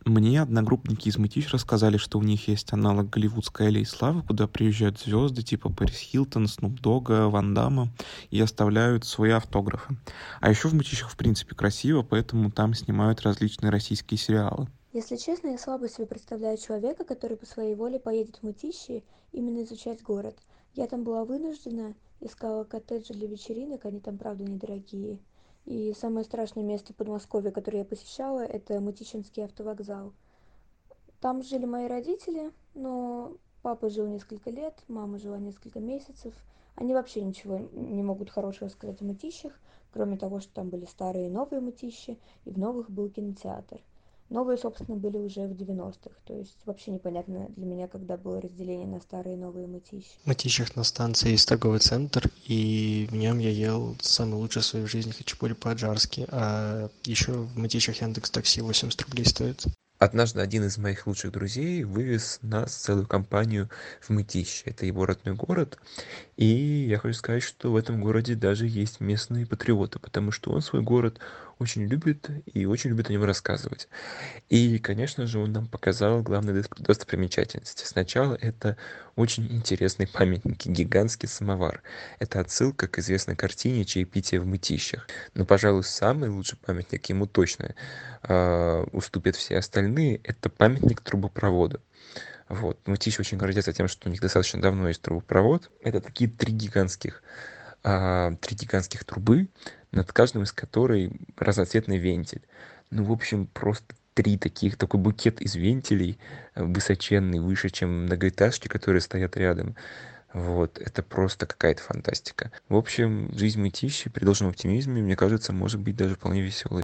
Мне одногруппники из Мытищ рассказали, что у них есть аналог голливудской аллеи славы, куда приезжают звезды типа Пэрис Хилтон, Снуп Догга, Ван Дамма и оставляют свои автографы. А еще в Мытищах в принципе красиво, поэтому там снимают различные российские сериалы. Если честно, я слабо себе представляю человека, который по своей воле поедет в Мытищи именно изучать город. Я там была вынуждена, искала коттеджи для вечеринок, они там правда недорогие. И самое страшное место в Подмосковье, которое я посещала, это Мытищинский автовокзал. Там жили мои родители, но папа жил несколько лет, мама жила несколько месяцев. Они вообще ничего не могут хорошего сказать о Мытищах, кроме того, что там были старые и новые Мытищи, и в новых был кинотеатр. Новые, собственно, были уже в 90-х, то есть вообще непонятно для меня, когда было разделение на старые и новые Мытищи. В Мытищах на станции есть торговый центр, и в нем я ел самый лучший в своей жизни хачапури по-аджарски, а еще в Мытищах Яндекс.Такси 80 рублей стоит. Однажды один из моих лучших друзей вывез нас, целую компанию, в Мытищи. Это его родной город. И я хочу сказать, что в этом городе даже есть местные патриоты, потому что он свой город очень любит и очень любит о нем рассказывать. И, конечно же, он нам показал главные достопримечательности. Сначала это очень интересный памятник, гигантский самовар. Это отсылка к известной картине «Чаепитие в Мытищах». Но, пожалуй, самый лучший памятник ему точно уступят все остальные. Это памятник трубопроводу. Вот. Мытищи очень гордятся тем, что у них достаточно давно есть трубопровод. Это такие три гигантских трубы, над каждым из которой разноцветный вентиль. Ну, в общем, просто такой букет из вентилей, высоченный, выше, чем многоэтажки, которые стоят рядом. Вот, это просто какая-то фантастика. В общем, жизнь Мытищи при должном оптимизме, мне кажется, может быть даже вполне веселой.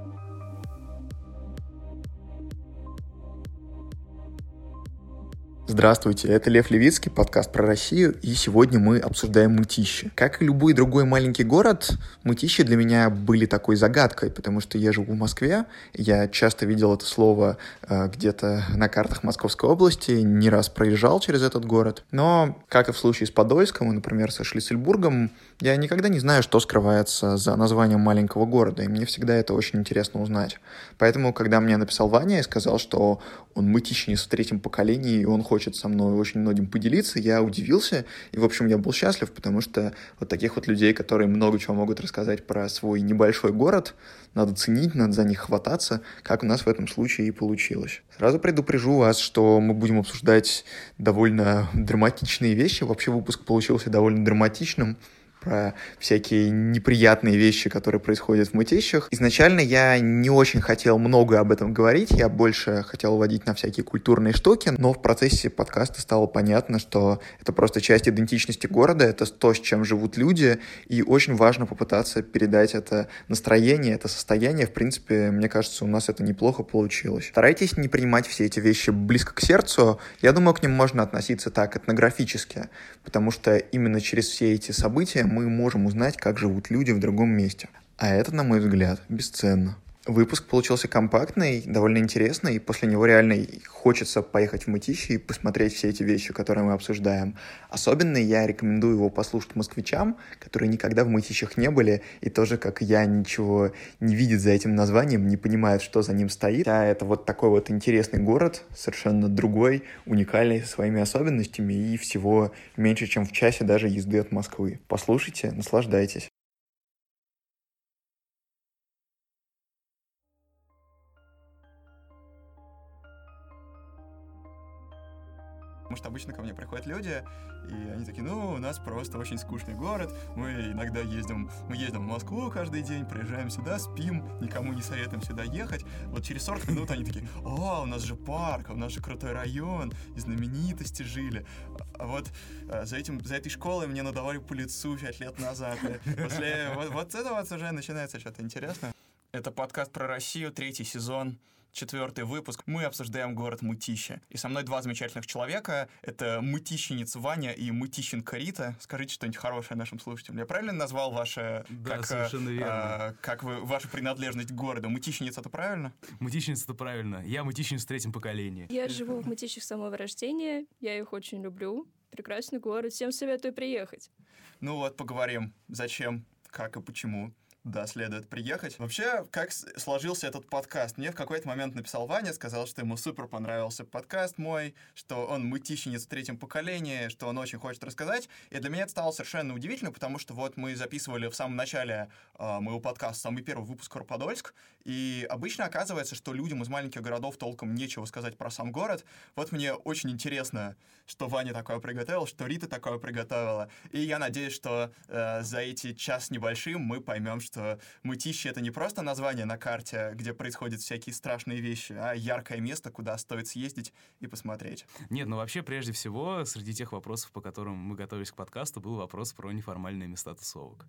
Здравствуйте, это Лев Левицкий, подкаст про Россию, и сегодня мы обсуждаем Мытищи. Как и любой другой маленький город, Мытищи для меня были такой загадкой, потому что я живу в Москве, я часто видел это слово где-то на картах Московской области, не раз проезжал через этот город, но, как и в случае с Подольском, и, например, со Шлиссельбургом, я никогда не знаю, что скрывается за названием маленького города, и мне всегда это очень интересно узнать. Поэтому, когда мне написал Ваня и сказал, что он мытищинец в третьем поколении, и он хочет со мной очень многим поделиться, я удивился, и, в общем, я был счастлив, потому что вот таких вот людей, которые много чего могут рассказать про свой небольшой город, надо ценить, надо за них хвататься, как у нас в этом случае и получилось. Сразу предупрежу вас, что мы будем обсуждать довольно драматичные вещи, вообще выпуск получился довольно драматичным, про всякие неприятные вещи, которые происходят в Мытищах. Изначально я не очень хотел много об этом говорить, я больше хотел вводить на всякие культурные штуки, но в процессе подкаста стало понятно, что это просто часть идентичности города, это то, с чем живут люди, и очень важно попытаться передать это настроение, это состояние. В принципе, мне кажется, у нас это неплохо получилось. Старайтесь не принимать все эти вещи близко к сердцу. Я думаю, к ним можно относиться так, этнографически, потому что именно через все эти события мы можем узнать, как живут люди в другом месте. А это, на мой взгляд, бесценно. Выпуск получился компактный, довольно интересный, и после него реально хочется поехать в Мытищи и посмотреть все эти вещи, которые мы обсуждаем. Особенно я рекомендую его послушать москвичам, которые никогда в Мытищах не были, и тоже, как я, ничего не видят за этим названием, не понимают, что за ним стоит. А это вот такой вот интересный город, совершенно другой, уникальный, со своими особенностями, и всего меньше, чем в часе даже езды от Москвы. Послушайте, наслаждайтесь. Потому что обычно ко мне приходят люди, и они такие, ну, у нас просто очень скучный город, мы иногда ездим в Москву каждый день, приезжаем сюда, спим, никому не советуем сюда ехать. Вот через 40 минут они такие, о, у нас же парк, у нас же крутой район, и знаменитости жили. А вот за этой школой мне надавали по лицу 5 лет назад. После вот этого вот уже начинается что-то интересное. Это подкаст про Россию, 3-й сезон. 4-й выпуск. Мы обсуждаем город Мытищи. И со мной 2 замечательных человека. Это мытищинец Ваня и мытищенка Рита. Скажите что-нибудь хорошее нашим слушателям. Я правильно назвал ваше... Да, совершенно верно. Вашу принадлежность к городу? Мытищинец — это правильно? Мытищинец — это правильно. Я мытищинец в 3-м поколении. Я живу в Мытищах с самого рождения. Я их очень люблю. Прекрасный город. Всем советую приехать. Ну вот, поговорим. Зачем, как и почему. Да, следует приехать. Вообще, как сложился этот подкаст? Мне в какой-то момент написал Ваня, сказал, что ему супер понравился подкаст мой, что он мытищенец в третьем поколении, что он очень хочет рассказать. И для меня это стало совершенно удивительно, потому что вот мы записывали в самом начале моего подкаста самый первый выпуск про Подольск, и обычно оказывается, что людям из маленьких городов толком нечего сказать про сам город. Вот мне очень интересно, что Ваня такое приготовил, что Рита такое приготовила. И я надеюсь, что за эти час с небольшим мы поймем, что Мытищи — это не просто название на карте, где происходят всякие страшные вещи, а яркое место, куда стоит съездить и посмотреть. Нет, ну вообще, прежде всего, среди тех вопросов, по которым мы готовились к подкасту, был вопрос про неформальные места тусовок.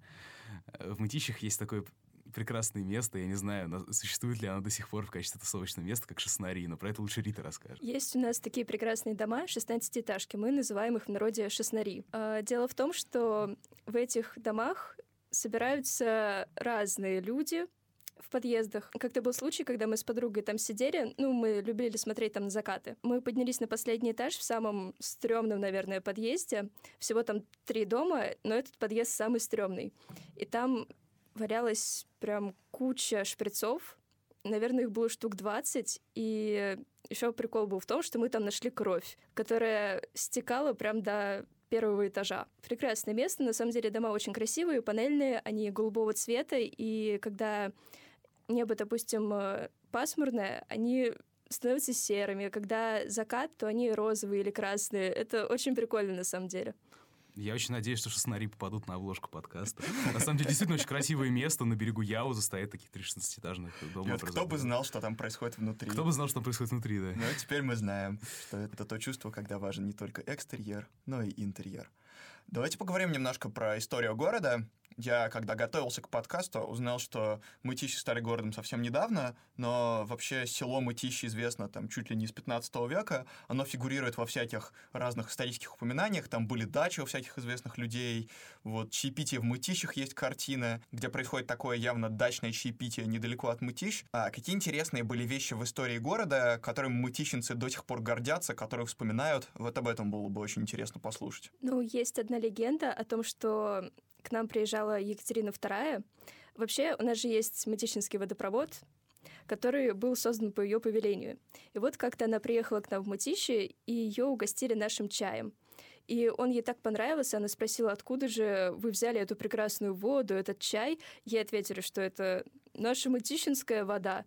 В Мытищах есть такое прекрасное место, я не знаю, существует ли оно до сих пор в качестве тусовочного места, как Шестнари, но про это лучше Рита расскажет. Есть у нас такие прекрасные дома, 16-этажки, мы называем их в народе Шестнари. Дело в том, что в этих домах собираются разные люди в подъездах. Как-то был случай, когда мы с подругой там сидели, мы любили смотреть там на закаты. Мы поднялись на последний этаж в самом стрёмном, наверное, подъезде. Всего там 3 дома, но этот подъезд самый стрёмный. И там валялась прям куча шприцов. Наверное, их было штук 20. И еще прикол был в том, что мы там нашли кровь, которая стекала прям до 1-го этажа. Прекрасное место. На самом деле дома очень красивые, панельные, они голубого цвета, и когда небо, допустим, пасмурное, они становятся серыми. Когда закат, то они розовые или красные. Это очень прикольно на самом деле. Я очень надеюсь, что Шестнари попадут на обложку подкаста. На самом деле, действительно очень красивое место. На берегу Яуза стоят такие 3 16-этажных дома. Вот кто бы знал, что там происходит внутри. Кто бы знал, что там происходит внутри, да. Ну, теперь мы знаем, что это то чувство, когда важен не только экстерьер, но и интерьер. Давайте поговорим немножко про историю города. Я, когда готовился к подкасту, узнал, что Мытищи стали городом совсем недавно, но вообще село Мытищи известно там чуть ли не с 15 века. Оно фигурирует во всяких разных исторических упоминаниях. Там были дачи у всяких известных людей. Вот чаепитие в Мытищах есть картина, где происходит такое явно дачное чаепитие недалеко от Мытищ. А какие интересные были вещи в истории города, которыми мытищенцы до сих пор гордятся, которые вспоминают? Вот об этом было бы очень интересно послушать. Есть одна легенда о том, что к нам приезжала Екатерина II. Вообще, у нас же есть Мытищинский водопровод, который был создан по ее повелению. И вот как-то она приехала к нам в Мытищи, и ее угостили нашим чаем. И он ей так понравился, она спросила, откуда же вы взяли эту прекрасную воду, этот чай. Ей ответили, что это наша мытищинская вода.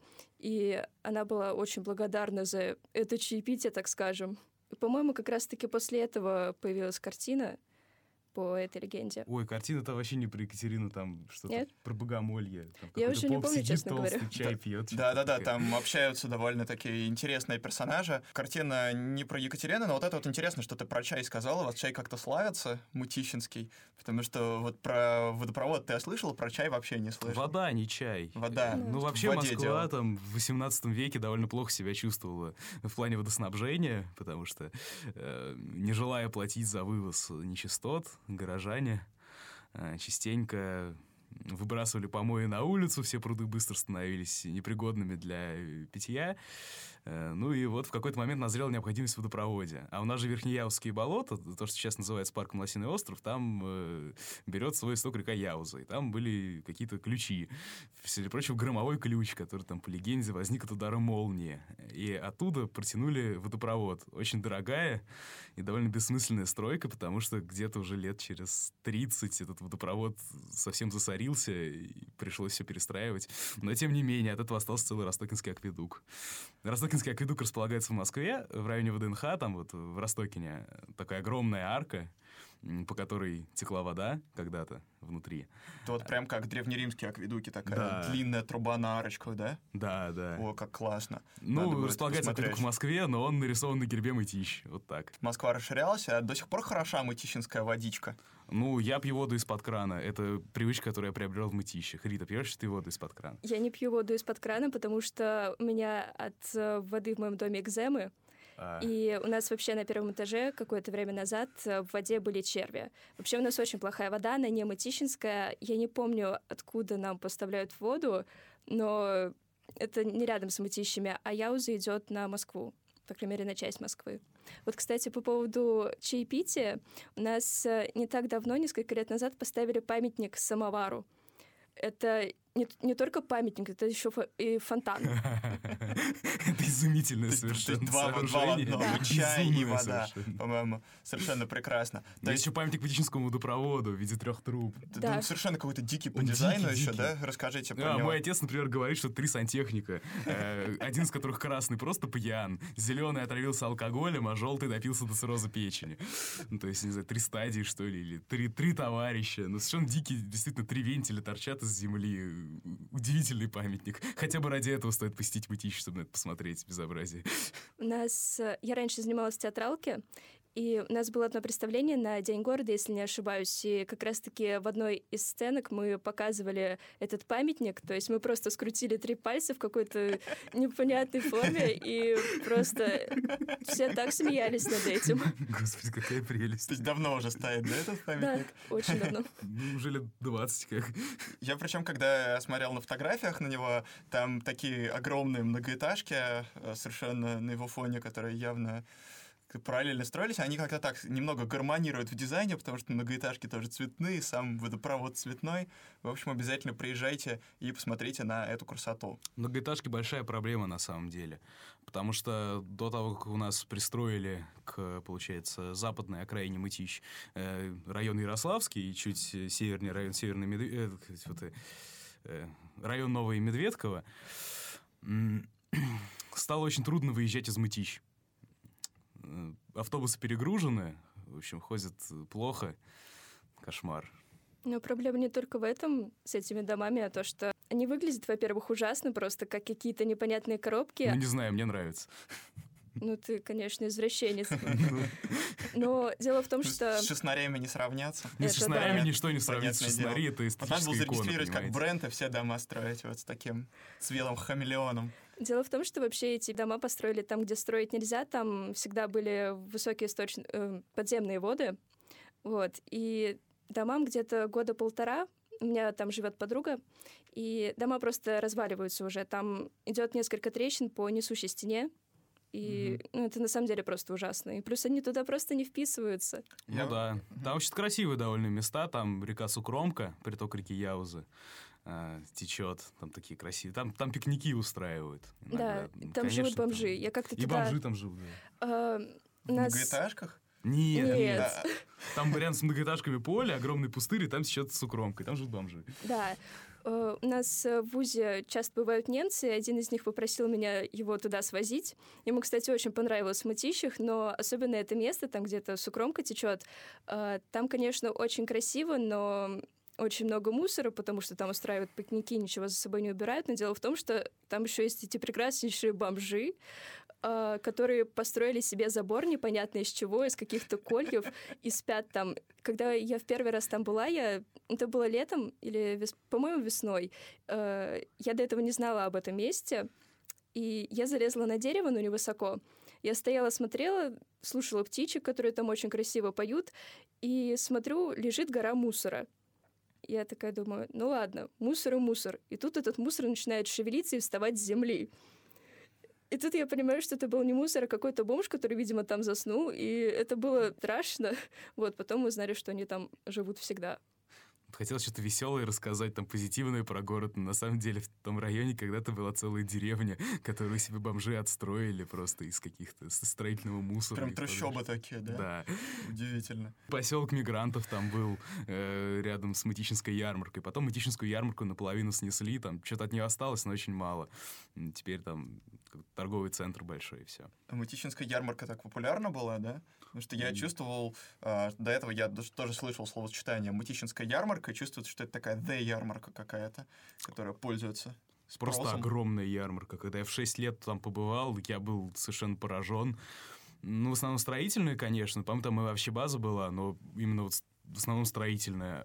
И она была очень благодарна за это чаепитие, так скажем. И, по-моему, как раз-таки после этого появилась картина по этой легенде. Ой, картина-то вообще не про Екатерину, там что-то Нет? про богомолье. Там я уже не помню, сидит, честно говоря. чай пьет. Да, там общаются довольно такие интересные персонажи. Картина не про Екатерину, но вот это вот интересно, что ты про чай сказала. У вас чай как-то славится, мытищинский, потому что вот про водопровод ты слышал, про чай вообще не слышал. Вода, не чай. Вода. Вообще Москва там в 18 веке довольно плохо себя чувствовала в плане водоснабжения, потому что, не желая платить за вывоз нечистот, горожане частенько выбрасывали помои на улицу, все пруды быстро становились непригодными для питья. И вот в какой-то момент назрела необходимость в водопроводе. А у нас же Верхнеяузские болота, то, что сейчас называется парком Лосиный остров, там берет свой исток река Яуза. И там были какие-то ключи. Среди прочего, громовой ключ, который там, по легенде, возник от удара молнии. И оттуда протянули водопровод. Очень дорогая и довольно бессмысленная стройка, потому что где-то уже лет через 30 этот водопровод совсем засорился, и пришлось все перестраивать. Но, тем не менее, от этого остался целый Ростокинский акведук. Ростокинский акведук располагается в Москве, в районе ВДНХ, там вот в Ростокине такая огромная арка, по которой текла вода когда-то внутри. Это вот прям как древнеримские акведуки, такая длинная труба на арочках, да? Да. О, как классно. Располагается акведук в Москве, но он нарисован на гербе Мытищ. Вот так. Москва расширялась, а до сих пор хороша мытищинская водичка. Я пью воду из-под крана. Это привычка, которую я приобрел в Мытищах. Рита, пьешь ты воду из-под крана? Я не пью воду из-под крана, потому что у меня от воды в моем доме экземы. И у нас вообще на 1-м этаже какое-то время назад в воде были черви. Вообще у нас очень плохая вода, она не мытищинская. Я не помню, откуда нам поставляют воду, но это не рядом с Мытищами, а Яуза идет на Москву, по крайней мере, на часть Москвы. Вот, кстати, по поводу чаепития, у нас не так давно, несколько лет назад, поставили памятник самовару. это не только памятник, это еще и фонтан. Это изумительное совершенно Два в сооружение. одном, чай и Безумное вода, совершенно. по-моему, совершенно прекрасно. То Есть еще памятник Патическому водопроводу в виде 3 труб. Да. он совершенно какой-то дикий по Он дизайну дикий, еще, дикий. да? Расскажите про него. Мой отец, например, говорит, что 3 сантехника. Один из которых красный просто пьян, зеленый отравился алкоголем, а желтый допился до цирроза печени. Ну, то есть, не знаю, 3 стадии, что ли, или 3 товарища. Ну, совершенно дикие, действительно, 3 вентиля торчат из земли. Удивительный памятник. Хотя бы ради этого стоит посетить Мытищи, чтобы на это посмотреть, безобразие. Я раньше занималась в театралке, и у нас было одно представление на День города, если не ошибаюсь, и как раз-таки в одной из сценок мы показывали этот памятник, то есть мы просто скрутили 3 пальца в какой-то непонятной форме, и просто все так смеялись над этим. Господи, какая прелесть. То есть давно уже стоит, да, этот памятник? Да, очень давно. Ну, уже лет 20 как. Я причем, когда смотрел на фотографиях на него, там такие огромные многоэтажки совершенно на его фоне, которые явно параллельно строились, они как-то так немного гармонируют в дизайне, потому что многоэтажки тоже цветные, сам водопровод цветной. В общем, обязательно приезжайте и посмотрите на эту красоту. Многоэтажки большая проблема на самом деле, потому что до того, как у нас пристроили к, получается, западной окраине Мытищ район Ярославский и чуть севернее район район Новой Медведково, стало очень трудно выезжать из Мытищ. Автобусы перегружены, в общем, ходят плохо. Кошмар. Но проблема не только в этом, с этими домами, а то, что они выглядят, во-первых, ужасно, просто как какие-то непонятные коробки. Ну, не знаю, мне нравится. Ну, ты, конечно, извращенец. Но дело в том, что... С шестнарями не сравняться. С шестнарями ничто не сравнится. Понятное дело. Шестнари — это Вот надо было эстетическая икона, зарегистрировать как понимаете. бренд и все дома строить вот с таким цветом хамелеоном. Дело в том, что вообще эти дома построили там, где строить нельзя, там всегда были высокие подземные воды, вот, и домам где-то 1-1.5 года, у меня там живет подруга, и дома просто разваливаются уже, там идет несколько трещин по несущей стене, и это на самом деле просто ужасно. И плюс они туда просто не вписываются. Ну да. Там очень красивые довольно места. Там река Сукромка, приток реки Яузы, течет. Там такие красивые. Там пикники устраивают. Да, иногда. там живут бомжи. Я как-то И туда... бомжи там живут. В многоэтажках? Нет. Там рядом с многоэтажками поле, огромный пустырь, и там течет Сукромка, и там живут бомжи. Да. У нас в ВУЗе часто бывают немцы, и один из них попросил меня его туда свозить. Ему, кстати, очень понравилось в Мытищах, но особенно это место, там где-то Сукромка течет, там, конечно, очень красиво, но очень много мусора, потому что там устраивают пикники, ничего за собой не убирают. Но дело в том, что там еще есть эти прекраснейшие бомжи, которые построили себе забор непонятно из чего, из каких-то кольев, и спят там. Когда я в первый раз там была, это было летом или, по-моему, весной, я до этого не знала об этом месте, и я залезла на дерево, но невысоко. Я стояла, смотрела, слушала птичек, которые там очень красиво поют, и смотрю, лежит гора мусора. Я такая думаю, ну ладно, мусор и мусор. И тут этот мусор начинает шевелиться и вставать с земли. И тут я понимаю, что это был не мусор, а какой-то бомж, который, видимо, там заснул, и это было страшно. Вот, потом мы узнали, что они там живут всегда. Хотел что-то веселое рассказать, там, позитивное про город, но на самом деле в том районе когда-то была целая деревня, которую себе бомжи отстроили просто из каких-то строительного мусора. Прям трущобы такие, да? Да. Удивительно. Поселок мигрантов там был рядом с Мытищинской ярмаркой. Потом Мытищинскую ярмарку наполовину снесли, там что-то от нее осталось, но очень мало. Теперь там торговый центр большой, и все. А Мытищинская ярмарка так популярна была, да? Потому что я чувствовал, до этого я тоже слышал словосочетание «Мытищинская ярмарка», и чувствуется, что это такая ярмарка какая-то, которая пользуется спросом. Просто огромная ярмарка. Когда я в 6 лет там побывал, я был совершенно поражен. Ну, в основном строительная, конечно. По-моему, там и вообще база была, но именно вот в основном строительная.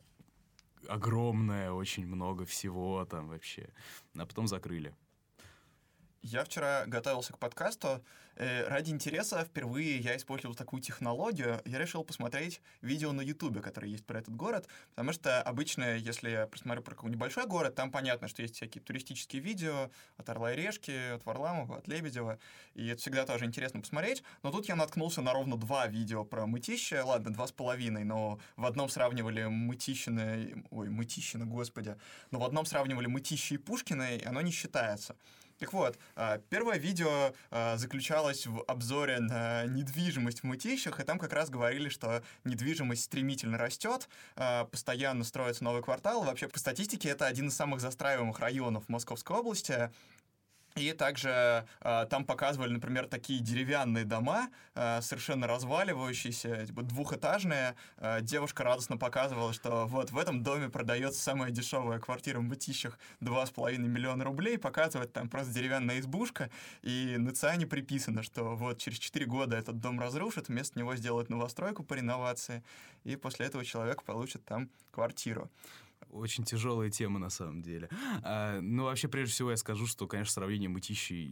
Огромная, очень много всего там вообще. А потом закрыли. Я вчера готовился к подкасту. Ради интереса впервые я использовал такую технологию. Я решил посмотреть видео на Ютубе, которое есть про этот город, потому что обычно, если я посмотрю про какой-нибудь небольшой город, там понятно, что есть всякие туристические видео от Орла и Решки, от Варламова, от Лебедева, и это всегда тоже интересно посмотреть. Но тут я наткнулся на ровно 2 видео про Мытищи, ладно, 2,5, но в одном сравнивали Мытищино, господи, но в одном сравнивали Мытищи и Пушкино, и оно не считается. Так вот, первое видео заключалось в обзоре на недвижимость в Мытищах, и там как раз говорили, что недвижимость стремительно растет, постоянно строится новый квартал. Вообще, по статистике, это один из самых застраиваемых районов Московской области. И также там показывали, например, такие деревянные дома, совершенно разваливающиеся, типа двухэтажные. Девушка радостно показывала, что вот в этом доме продается самая дешевая квартира в Мытищах, 2,5 миллиона рублей. Показывает там просто деревянная избушка, и на ЦИАНе приписано, что вот через 4 года этот дом разрушат, вместо него сделают новостройку по реновации, и после этого человек получит там квартиру. Очень тяжелая тема, на самом деле. Ну, вообще, прежде всего, я скажу, что, конечно, сравнение Мытищи...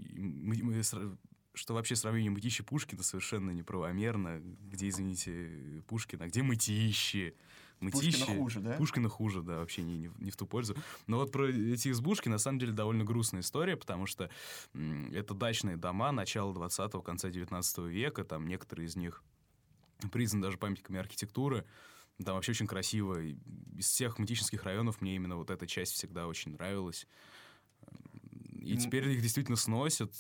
Что вообще сравнение Мытищи и Пушкина совершенно неправомерно. Где, извините, Пушкин, а где Мытищи? Пушкина хуже, да? Пушкина хуже, да, вообще не в ту пользу. Но вот про эти избушки, на самом деле, довольно грустная история, потому что это дачные дома начала 20-го, конца 19 века. Там некоторые из них признаны даже памятниками архитектуры. Там вообще очень красиво. Из всех мытищинских районов мне именно вот эта часть всегда очень нравилась. И теперь их действительно сносят,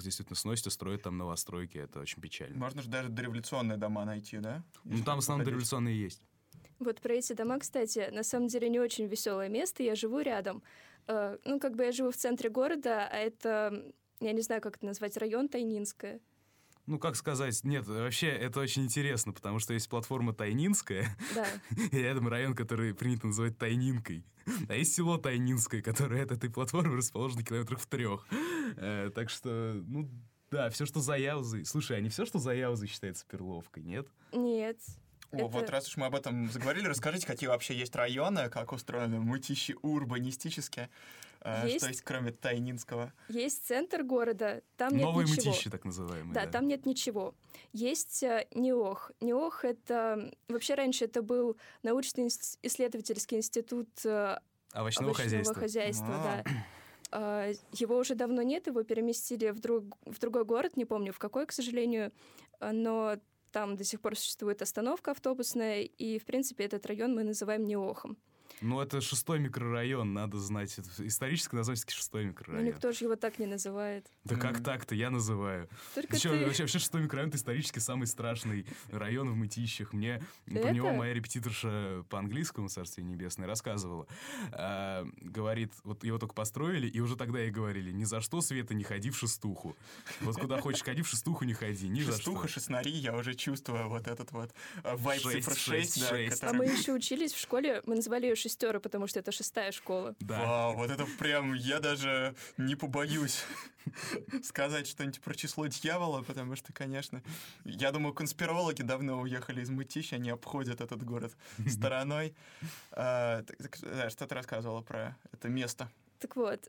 и строят там новостройки. Это очень печально. Можно же даже дореволюционные дома найти, да? Ну, там в основном дореволюционные есть. Вот про эти дома, кстати, на самом деле не очень веселое место. Я живу рядом. Ну, как бы я живу в центре города, а это, я не знаю, как это назвать, район Тайнинское. Ну, как сказать, нет, вообще это очень интересно, потому что есть платформа Тайнинская, да. И рядом район, который принято называть Тайнинкой. А есть село Тайнинское, которое от этой платформы расположено километрах в 3. Так что, ну, да, все, что за Яузой... Слушай, а не все, что за Яузой считается Перловкой, нет? Нет. Вот раз уж мы об этом заговорили, расскажите, какие вообще есть районы, как устроены Мытищи урбанистически, что есть кроме Тайнинского. Есть центр города, там нет Новые ничего. Мытищи, так называемые. Да, там нет ничего. Есть НИОХ. НИОХ — это... Вообще раньше это был научно-исследовательский институт овощного хозяйства, да. Его уже давно нет, его переместили в другой город, не помню в какой, к сожалению, но там до сих пор существует остановка автобусная, и, в принципе, этот район мы называем НИОХом. Ну, это 6-й микрорайон, надо знать. Исторически назвать 6-й микрорайон. Ну, никто же его так не называет. Да как так-то? Я называю. Вообще 6-й микрорайон — это исторически самый страшный район в Мытищах. Мне про него моя репетиторша по английскому, царствие небесное, рассказывала. Говорит, вот его только построили, и уже тогда ей говорили: ни за что, Света, не ходи в Шестуху. Вот куда хочешь ходи, в Шестуху не ходи, ни за что. Шестуха, Шестнари, я уже чувствую вот этот вот вайб цифр 6. А мы еще учились в школе, мы называли ее Шестеро, потому что это 6-я школа. Да. Вау, вот это прям, я даже не побоюсь сказать что-нибудь про число дьявола, потому что, конечно, я думаю, конспирологи давно уехали из Мытищ, они обходят этот город стороной. Что ты рассказывала про это место? Так вот,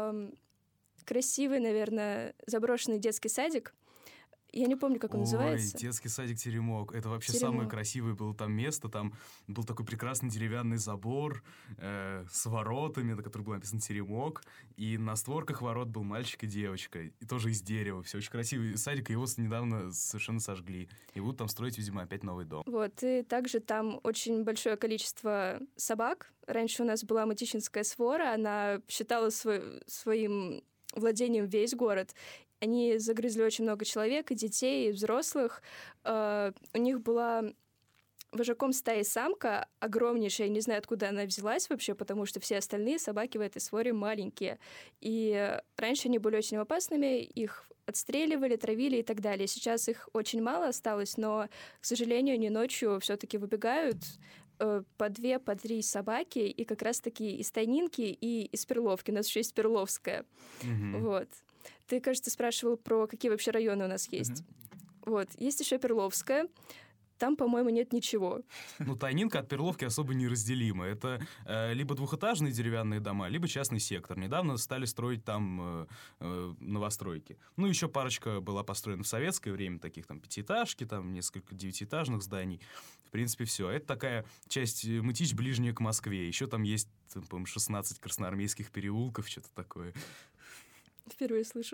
красивый, наверное, заброшенный детский садик. Я не помню, как он называется. Ой, детский садик «Теремок». Это вообще «Теремок». Самое красивое было там место. Там был такой прекрасный деревянный забор с воротами, на которых был написан «Теремок». И на створках ворот был мальчик и девочка. И тоже из дерева. Все очень красивый садик. И его недавно совершенно сожгли. И будут там строить, видимо, опять новый дом. Вот. И также там очень большое количество собак. Раньше у нас была Мытищинская свора. Она считала своим владением весь город. Они загрызли очень много человек, и детей, и взрослых. У них была вожаком стаи самка, огромнейшая, я не знаю, откуда она взялась вообще, потому что все остальные собаки в этой своре маленькие. И раньше они были очень опасными, их отстреливали, травили и так далее. Сейчас их очень мало осталось, но, к сожалению, они ночью все-таки выбегают по 2, по 3 собаки, и как раз-таки из Тайнинки и из Перловки. У нас еще есть Перловская. Вот. Ты, кажется, спрашивал про какие вообще районы у нас есть. Вот. Есть еще Перловская. там, по-моему, нет ничего. Ну, Тайнинка от Перловки особо неразделима. Это либо двухэтажные деревянные дома, либо частный сектор. Недавно стали строить там новостройки. Ну, еще парочка была построена в советское время, таких там пятиэтажки, там несколько девятиэтажных зданий. В принципе, все. Это такая часть Мытищ ближняя к Москве. Еще там есть, по-моему, 16 красноармейских переулков, что-то такое. Впервые слышу.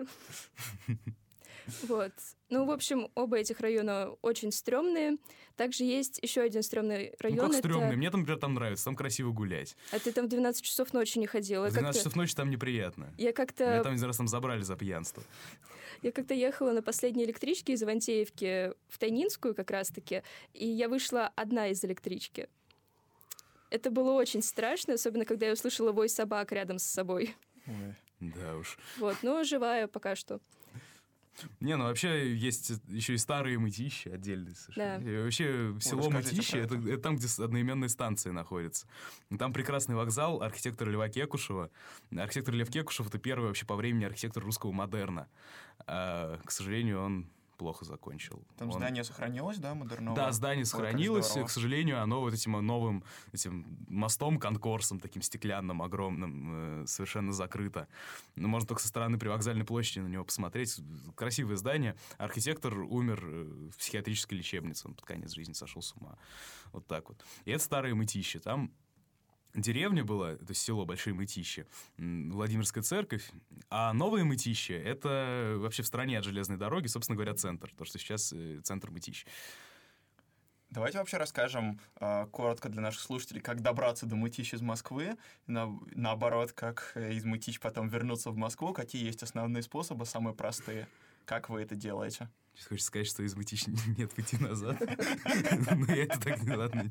Вот. Ну, в общем, оба этих района очень стрёмные. Также есть еще один стрёмный район. Ну, как стрёмный? Мне, например, там нравится, там красиво гулять. А ты там в 12 часов ночи не ходила? В 12 часов ночи там неприятно. Меня там один раз там забрали за пьянство. Я как-то ехала на последней электричке из Ивантеевки в Тайнинскую как раз-таки, и я вышла одна из электрички. Это было очень страшно, особенно когда я услышала вой собак рядом с собой. Ой. Да уж. Вот, но живая пока что. Не, ну вообще есть еще и старые Мытищи отдельные совершенно. Да. И вообще село Мытищи — это там, где одноименная станция находится. Там прекрасный вокзал архитектора Льва Кекушева. Архитектор Лев Кекушев — это первый вообще по времени архитектор русского модерна. К сожалению, он плохо закончил. Там здание сохранилось, да, модерновое? Да, здание сохранилось, и, к сожалению, оно вот этим новым этим мостом, конкорсом, таким стеклянным, огромным, совершенно закрыто. Но можно только со стороны Привокзальной площади на него посмотреть. Красивое здание. Архитектор умер в психиатрической лечебнице. Он под конец жизни сошел с ума. Вот так вот. И это старые Мытищи. Там деревня была, то есть село Большие Мытищи, Владимирская церковь, а Новые Мытищи — это вообще в стороне от железной дороги, собственно говоря, центр, то, что сейчас центр Мытищ. Давайте вообще расскажем коротко для наших слушателей, как добраться до Мытищ из Москвы, наоборот, как из Мытищ потом вернуться в Москву, какие есть основные способы, самые простые. Как вы это делаете? Хочешь сказать, что из Мытищ нет пути назад? Ну, я это так не ладно.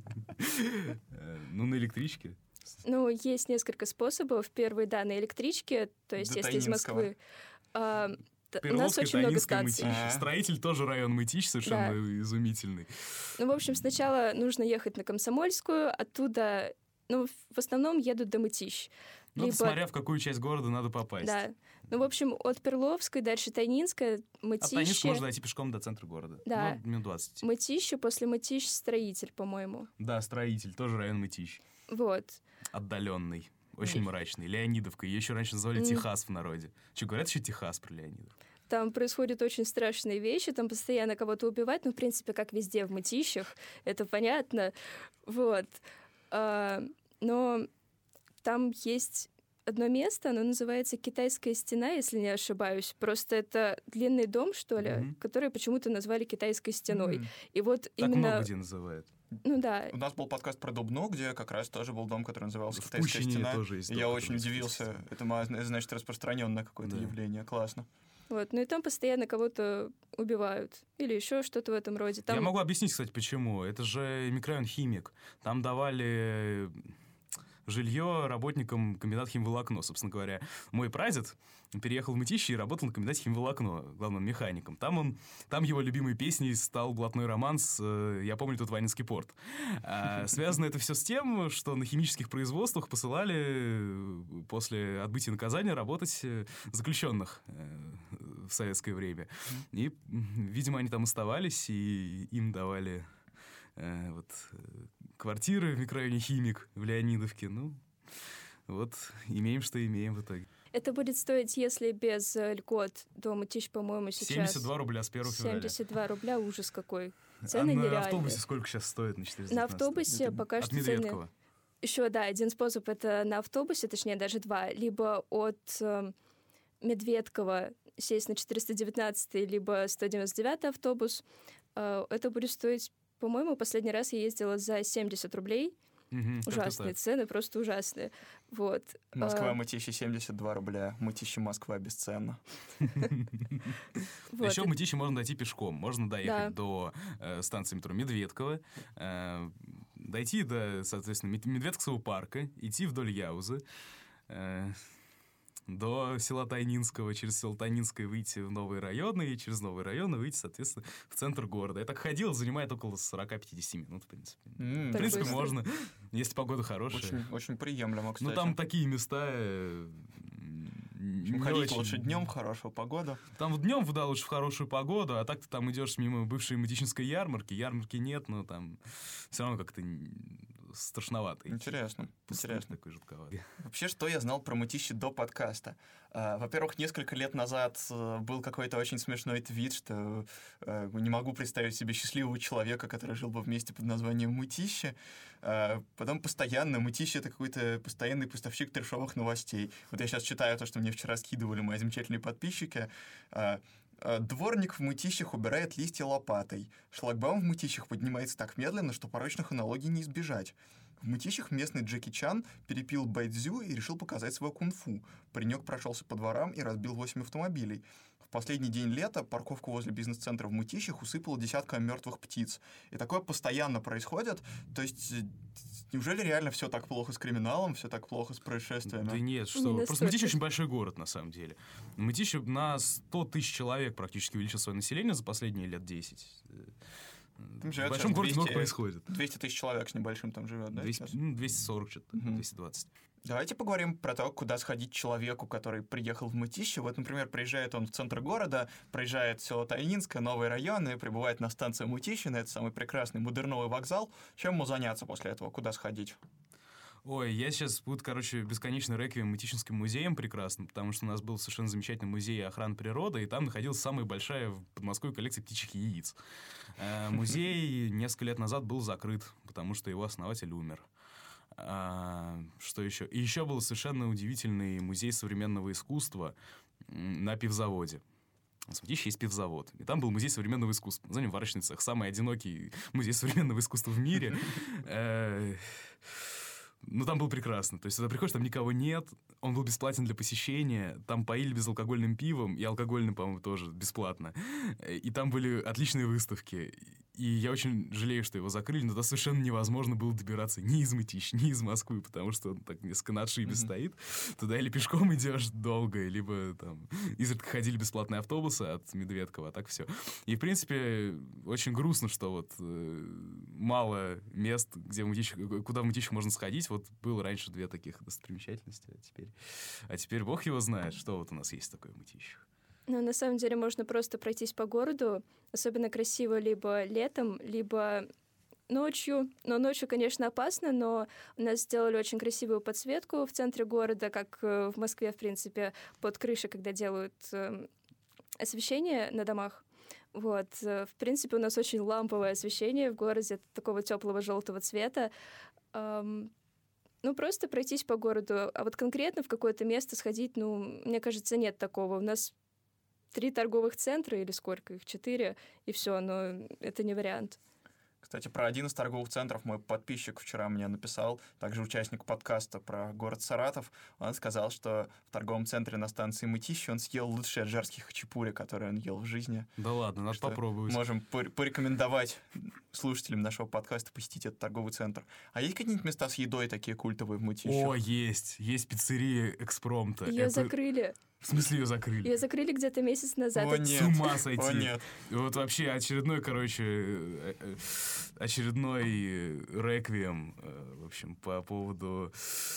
Ну, на электричке. Ну, есть несколько способов. Первый, да, на электричке, то есть если из Москвы... У нас очень много станций. Строитель тоже район Мытищ, совершенно изумительный. Ну, в общем, сначала нужно ехать на Комсомольскую, оттуда... Ну, в основном едут до Мытищ. Ну, смотря в какую часть города надо попасть. Да. Ну, в общем, от Перловской, дальше Тайнинская, Мытищи... От Тайнинска можно дойти пешком до центра города. Да. Ну, минут 20. Мытищи, после Мытищ Строитель, по-моему. Да, Строитель, тоже район Мытищ. Вот. Отдаленный, очень мрачный. Леонидовка. Ее еще раньше называли Техас в народе. Что, говорят еще Техас про Леонидовку? Там происходят очень страшные вещи, там постоянно кого-то убивают, ну, в принципе, как везде в Мытищах, это понятно. Вот. Но там есть одно место, оно называется Китайская стена, если не ошибаюсь. Просто это длинный дом, что ли, который почему-то назвали Китайской стеной. И вот так именно... много где называют. Ну да. У нас был подкаст про Дубну, где как раз тоже был дом, который назывался Китайская стена. Тоже есть дом, я очень удивился. Это, значит, распространенное какое-то явление. Классно. Вот, ну и там постоянно кого-то убивают. Или еще что-то в этом роде. Там... Я могу объяснить, кстати, почему. Это же микрорайон Химик. Там давали жилье работникам комбината химволокно. Собственно говоря, мой прадед переехал в Мытищи и работал на комбинате химволокно, главным механиком. Там его любимой песней стал блатной романс «Я помню тот Ванинский порт». Связано это все с тем, что на химических производствах посылали после отбытия наказания работать заключенных в советское время. И, видимо, они там оставались, и им давали... квартиры в микрорайоне Химик в Леонидовке. Ну, вот, имеем, что имеем в итоге. Это будет стоить, если без льгот, до Мытищ, по-моему, сейчас... 72 рубля с 1 февраля. 72 рубля, ужас какой. Цены нереальные. На автобусе сколько сейчас стоит на 419? На автобусе пока что цены... Еще, да, один способ — это на автобусе, точнее, даже два. Либо от Медведкова сесть на 419 либо 199 автобус. Это будет стоить... По-моему, последний раз я ездила за 70 рублей. Ужасные цены, просто ужасные. Вот. Москва, Мытищи 72 рубля. Мытищи, Москва бесценно. Еще в Мытищи можно дойти пешком. Можно доехать до станции метро Медведково, дойти до, соответственно, Медведковского парка, идти вдоль Яузы, до села Тайнинского, через село Тайнинское выйти в новые районы, и через новые районы выйти, соответственно, в центр города. Я так ходил, занимает около 40-50 минут, в принципе. В принципе, можно, если погода хорошая. Очень приемлемо, кстати. Ну, там такие места Ходить лучше днем в хорошую погоду. Там днем лучше в хорошую погоду, а так ты там идешь мимо бывшей мытищинской ярмарки. Ярмарки нет, но там все равно как-то страшновато. Интересно. Такой жутковатый. Вообще, что я знал про Мытищи до подкаста? Во-первых, несколько лет назад был какой-то очень смешной твит, что не могу представить себе счастливого человека, который жил бы в месте под названием Мытищи. Потом постоянно Мытищи — это какой-то постоянный поставщик трешовых новостей. Вот я сейчас читаю то, что мне вчера скидывали мои замечательные подписчики. Дворник в Мытищах убирает листья лопатой. Шлагбаум в Мытищах поднимается так медленно, что порочных аналогий не избежать. В Мытищах местный Джеки Чан перепил байдзю и решил показать свое кунг-фу. Паренек прошелся по дворам и разбил 8 автомобилей. В последний день лета парковку возле бизнес-центра в Мытищах усыпало десятками мертвых птиц. И такое постоянно происходит. То есть неужели реально все так плохо с криминалом, все так плохо с происшествиями? Да нет, что? Просто Мытищи очень большой город, на самом деле. Мытищи на 100 тысяч человек практически увеличил свое население за последние лет 10. Там живет в большом городе 200, много происходит. 200 тысяч человек с небольшим там живет, да? 240 что-то, 220. Давайте поговорим про то, куда сходить человеку, который приехал в Мытищи. Вот, например, приезжает он в центр города, проезжает в село Тайнинское, новые районы, прибывает на станцию Мытищина, это самый прекрасный модерновый вокзал. Чем ему заняться после этого? Куда сходить? Ой, я сейчас буду, бесконечный реквием Мытищинским музеем прекрасным, потому что у нас был совершенно замечательный музей охраны природы, и там находилась самая большая в Подмосковье коллекция птичьих яиц. Музей несколько лет назад был закрыт, потому что его основатель умер. Что еще? И еще был совершенно удивительный музей современного искусства на пивзаводе. В Мытищах есть пивзавод. И там был музей современного искусства. Название «Варочный цех». Самый одинокий музей современного искусства в мире. Ну, там был прекрасно. То есть, когда приходишь, там никого нет, он был бесплатен для посещения, там поили безалкогольным пивом, и алкогольным, по-моему, тоже бесплатно. И там были отличные выставки. И я очень жалею, что его закрыли, но туда совершенно невозможно было добираться ни из Мытищ, ни из Москвы, потому что он так несколько на отшибе стоит. Туда или пешком идешь долго, либо там изредка ходили бесплатные автобусы от Медведкова, а так все. И, в принципе, очень грустно, что вот мало мест, куда в Мытищах можно сходить. Вот было раньше 2 таких достопримечательности, а теперь бог его знает, что вот у нас есть такое в Мытищах. Ну, на самом деле, можно просто пройтись по городу, особенно красиво либо летом, либо ночью. Но ночью, конечно, опасно, но у нас сделали очень красивую подсветку в центре города, как в Москве, в принципе, под крышей, когда делают освещение на домах. Вот. В принципе, у нас очень ламповое освещение в городе, такого теплого желтого цвета. Ну, просто пройтись по городу. А вот конкретно в какое-то место сходить, мне кажется, нет такого. У нас 3 торговых центра, или сколько их, 4, и все, но это не вариант. Кстати, про один из торговых центров мой подписчик вчера мне написал, также участник подкаста про город Саратов. Он сказал, что в торговом центре на станции Мытищи он съел лучшие аджарские хачапури, которые он ел в жизни. Да ладно, надо попробовать. Можем порекомендовать слушателям нашего подкаста посетить этот торговый центр. А есть какие-нибудь места с едой такие культовые в Мытищах? О, есть. Есть пиццерия «Экспромта». Ее закрыли. В смысле ее закрыли? Ее закрыли где-то месяц назад. О, нет. С ума сойти. О, нет. Вот вообще очередной реквием, в общем, по поводу...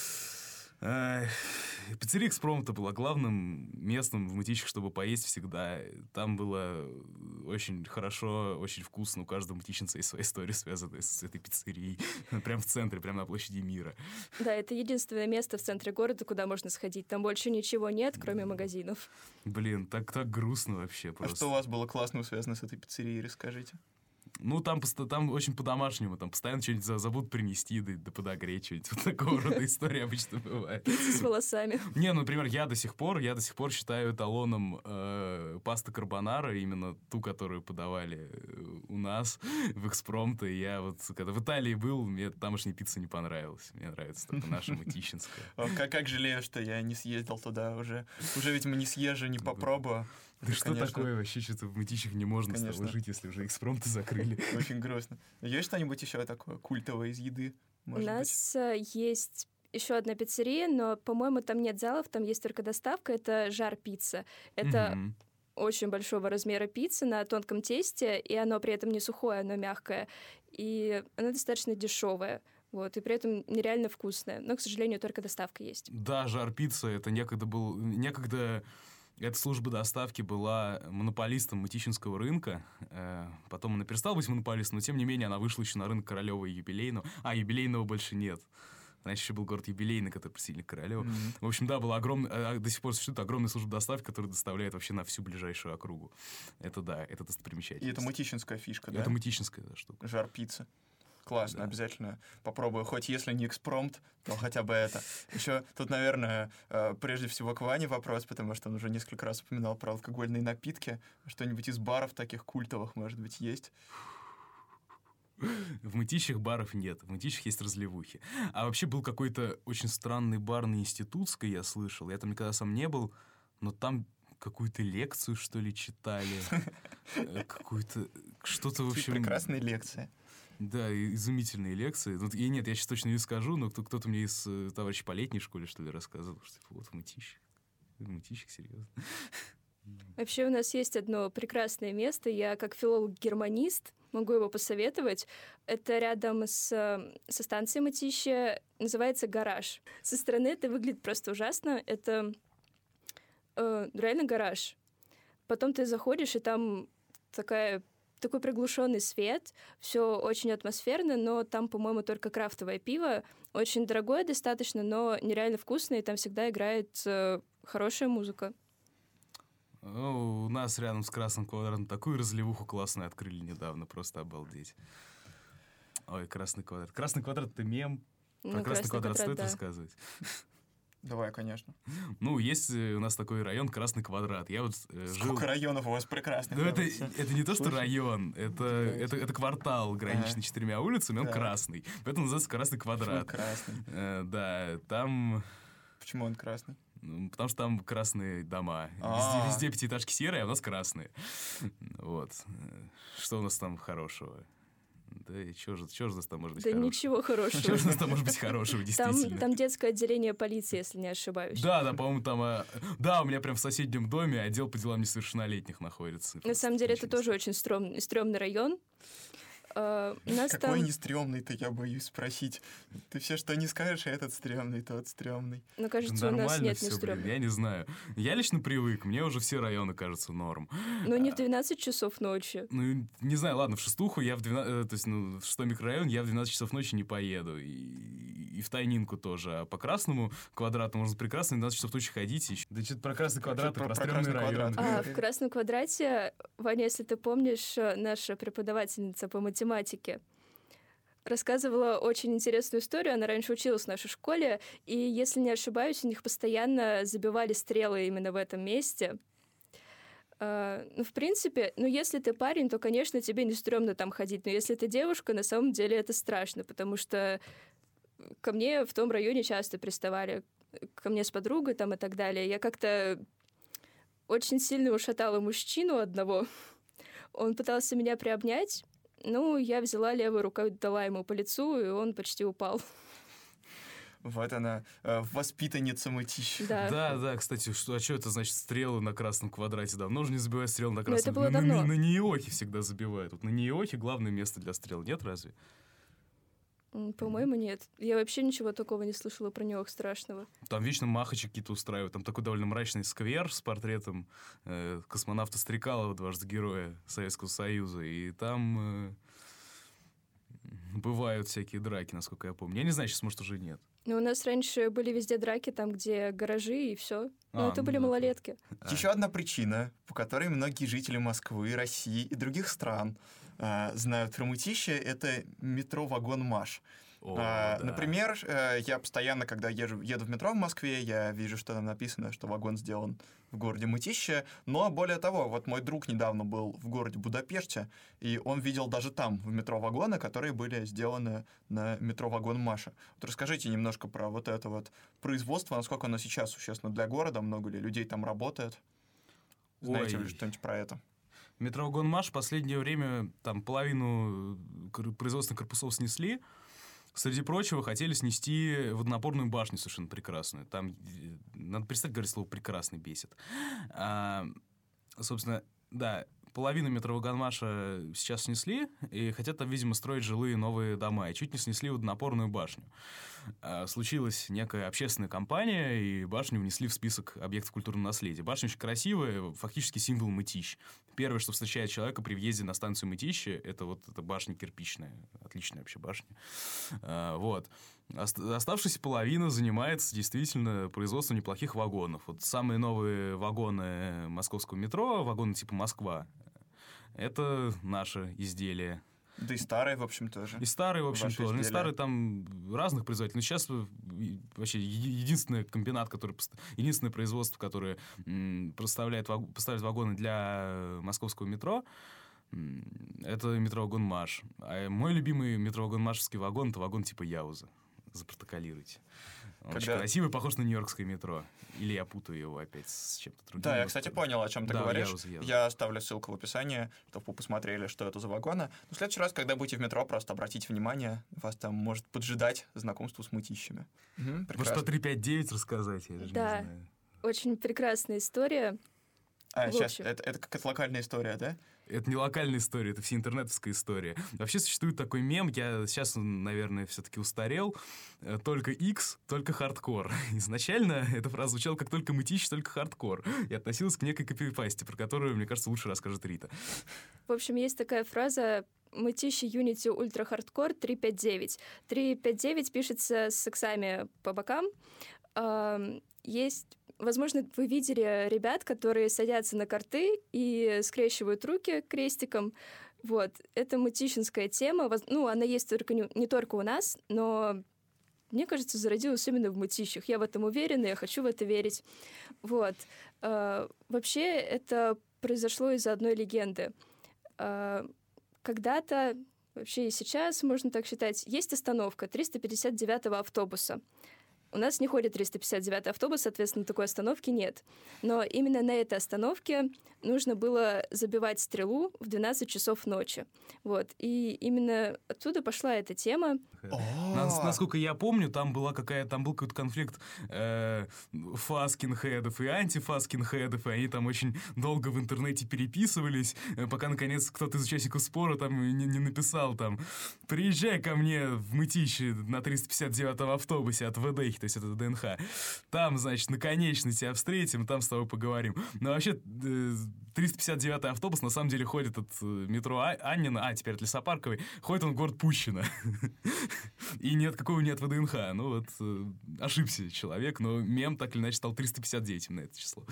Пиццерия «Экспромта» была главным местом в Мытищах, чтобы поесть всегда. Там было очень хорошо, очень вкусно. У каждого мытищенца есть своя история, связанная с этой пиццерией. Прямо в центре, прямо на площади Мира. Да, это единственное место в центре города, куда можно сходить. Там больше ничего нет, кроме магазинов. Блин, так грустно вообще просто. А что у вас было классного связано с этой пиццерией, расскажите. Ну, там очень по-домашнему, там постоянно что-нибудь забудут принести, да подогреть что-нибудь. Вот такого рода история обычно бывает. Пицца с волосами. Не, ну, например, я до сих пор считаю эталоном пасту карбонара, именно ту, которую подавали у нас в «Экспромте». Я вот, когда в Италии был, мне тамошняя пицца не понравилась. Мне нравится только наша мытищинская. Как жалею, что я не съездил туда уже. Уже, видимо, не съезжу, не попробую. Да что такое вообще, что-то в Мытищах не можно с тобой жить, если уже «Экспромты» закрыли. Очень грустно. Есть что-нибудь еще такое культовое из еды? У нас есть еще одна пиццерия, но, по-моему, там нет залов, там есть только доставка. Это «Жар-пицца». Это очень большого размера пицца на тонком тесте, и оно при этом не сухое, оно мягкое. И оно достаточно дешевое. Вот, и при этом нереально вкусная. Но, к сожалению, только доставка есть. Да, Жар-пицца, это некогда эта служба доставки была монополистом Мытищинского рынка. Потом она перестала быть монополистом, но, тем не менее, она вышла еще на рынок Королева и Юбилейного. Юбилейного больше нет. Раньше еще был город Юбилейный, который присоединили к Королеву. В общем, да, была до сих пор существует огромная служба доставки, которая доставляет вообще на всю ближайшую округу. Это да, это достопримечательность. И это мытищинская фишка, да? Это мытищинская штука. Жар-пицца. Классно, да. Обязательно попробую. Хоть если не экспромт, то хотя бы это. Еще тут, наверное, прежде всего к Ване вопрос, потому что он уже несколько раз упоминал про алкогольные напитки. Что-нибудь из баров таких культовых, может быть, есть? В Мытищах баров нет. В Мытищах есть разливухи. А вообще был какой-то очень странный бар на Институтской, я слышал. Я там никогда сам не был, но там какую-то лекцию, что ли, читали. Какую-то... Что-то, в общем... Прекрасная лекция. Да, изумительные лекции. Я сейчас точно не скажу, но кто-то мне из товарищей по летней школе, что ли, рассказывал, что типа, вот в Мытищах, серьезно. Вообще у нас есть одно прекрасное место. Я, как филолог-германист, могу его посоветовать. Это рядом со станцией Мытищи. Называется «Гараж». Со стороны это выглядит просто ужасно. Это реально гараж. Потом ты заходишь, и там такой приглушенный свет, все очень атмосферно, но там, по-моему, только крафтовое пиво. Очень дорогое достаточно, но нереально вкусное, и там всегда играет хорошая музыка. У нас рядом с Красным квадратом такую разливуху классную открыли недавно, просто обалдеть. Ой, Красный квадрат. Красный квадрат — это мем. Про Красный квадрат стоит рассказывать? Давай, конечно. Есть у нас такой район Красный квадрат. Я Сколько районов у вас прекрасных? Это не то, что район, это квартал, граничный 4 улицами, он красный. Поэтому называется Красный квадрат. Красный. Да, там... Почему он красный? Потому что там красные дома. Везде пятиэтажки серые, а у нас красные. Вот. Что у нас там хорошего? Да и чё же у нас там может быть хорошего? Да ничего хорошего. Чё же у нас там может быть хорошего, действительно? Там детское отделение полиции, если не ошибаюсь. Да, по-моему, там... Да, у меня прям в соседнем доме отдел по делам несовершеннолетних находится. На самом деле, это тоже очень стрёмный район. Какой не стрёмный-то, я боюсь спросить. Ты все, что не скажешь, этот стрёмный, тот стрёмный. Ну, кажется, у нас нет не стрёмных. Я не знаю. Я лично привык, мне уже все районы кажутся норм. Но не в 12 часов ночи. Не знаю, ладно, в Шестуху я в 6 микрорайон я в 12 часов ночи не поеду. И в Тайнинку тоже. А по Красному квадрату можно прекрасно в 12 часов ночи ходить. Да что-то про Красный квадрат и про стрёмный район. В Красном квадрате, Ваня, если ты помнишь, наша преподавательница по математике рассказывала очень интересную историю. Она раньше училась в нашей школе, и, если не ошибаюсь, у них постоянно забивали стрелы именно в этом месте. В принципе, если ты парень, то, конечно, тебе не стрёмно там ходить. Но если ты девушка, на самом деле это страшно, потому что ко мне в том районе часто приставали, ко мне с подругой там и так далее. Я как-то очень сильно ушатала мужчину одного. Он пытался меня приобнять. Я взяла левой рукой, дала ему по лицу, и он почти упал. Вот она, воспитанница Мытища. Да, кстати, что это значит стрелы на Красном квадрате? Давно же не забивают стрелы на Красном. Это было давно. На Ниохе всегда забивают. Вот на Ниохе главное место для стрел. Нет, разве? По-моему, нет. Я вообще ничего такого не слышала про Ниох страшного. Там вечно махачи какие-то устраивают. Там такой довольно мрачный сквер с портретом космонавта Стрекалова, дважды героя Советского Союза. И там бывают всякие драки, насколько я помню. Я не знаю, сейчас, может, уже нет. У нас раньше были везде драки, там, где гаражи, и все. Но это были малолетки. Еще одна причина, по которой многие жители Москвы, России и других стран знают про Мытищи, это метро-вагон МАШ. Например, я постоянно, когда еду в метро в Москве, я вижу, что там написано, что вагон сделан в городе Мытищи. Но более того, вот мой друг недавно был в городе Будапеште, и он видел даже там в метро вагоны, которые были сделаны на метро-вагон МАШа. Вот расскажите немножко про вот это вот производство, насколько оно сейчас существенно для города, много ли людей там работает. Знаете ли что-нибудь про это? Метро-вагон МАШ в последнее время там половину производственных корпусов снесли. Среди прочего, хотели снести водонапорную башню совершенно прекрасную. Там, надо перестать говорить слово «прекрасный» бесит. Собственно, да, половину метро Вагонмаша сейчас снесли, и хотят там, видимо, строить жилые новые дома, и чуть не снесли водонапорную башню. Случилась некая общественная кампания, и башню внесли в список объектов культурного наследия. Башня очень красивая, фактически символ Мытищ. Первое, что встречает человека при въезде на станцию Мытищи, это вот эта башня кирпичная. Отличная вообще башня. Вот. Оставшаяся половина занимается действительно производством неплохих вагонов. Вот самые новые вагоны московского метро, вагоны типа «Москва», это наше изделие. Да и старые, в общем, тоже. И старые, в общем, тоже. И старые там разных производителей. Но сейчас вообще единственный комбинат, который... Единственное производство, которое поставляет вагоны для московского метро, это метро «Вагонмаш». А мой любимый метро «Вагонмашевский» вагон — это вагон типа «Яуза». Запротоколируйте. Он очень красивый, похож на нью-йоркское метро. Или я путаю его опять с чем-то другим. Да, я, кстати, понял, о чем ты говоришь. Яуза. Я оставлю ссылку в описании, чтобы вы посмотрели, что это за вагоны. Но в следующий раз, когда будете в метро, просто обратите внимание, вас там может поджидать знакомство с мытищами. Может, про 359 рассказать? Я даже не знаю. Очень прекрасная история. Сейчас, это какая-то локальная история, да? Это не локальная история, это всеинтернетовская история. Вообще существует такой мем, я сейчас, наверное, все-таки устарел, только X, только хардкор. Изначально эта фраза звучала как только Мытищ, только хардкор. И относилась к некой копипасте, про которую, мне кажется, лучше расскажет Рита. В общем, есть такая фраза «Мытищи Unity Ультра Хардкор 359». 359 пишется с иксами по бокам. Есть... Возможно, вы видели ребят, которые садятся на карты и скрещивают руки крестиком. Вот. Это мытищинская тема. Ну, она есть только не только у нас, но, мне кажется, зародилась именно в Мытищах. Я в этом уверена, я хочу в это верить. Вот. Вообще, это произошло из-за одной легенды. Когда-то, вообще и сейчас, можно так считать, есть остановка 359-го автобуса. У нас не ходит 359-й автобус, соответственно, такой остановки нет. Но именно на этой остановке нужно было забивать стрелу в 12 часов ночи. Вот. И именно оттуда пошла эта тема. Насколько я помню, там был какой-то конфликт фаскинхедов и антифаскинхедов, и они там очень долго в интернете переписывались, пока, наконец, кто-то из участников спора там не написал там: «Приезжай ко мне в Мытищи на 359-м автобусе от ВДХ», то есть это ДНХ. Там, значит, наконечно тебя встретим, там с тобой поговорим. Но вообще 359-й автобус на самом деле ходит от метро Аннина, теперь от Лесопарковой, ходит он в город Пущино. И нет, какого нет ВДНХ. Ну вот, ошибся человек, но мем так или иначе стал 359 на это число.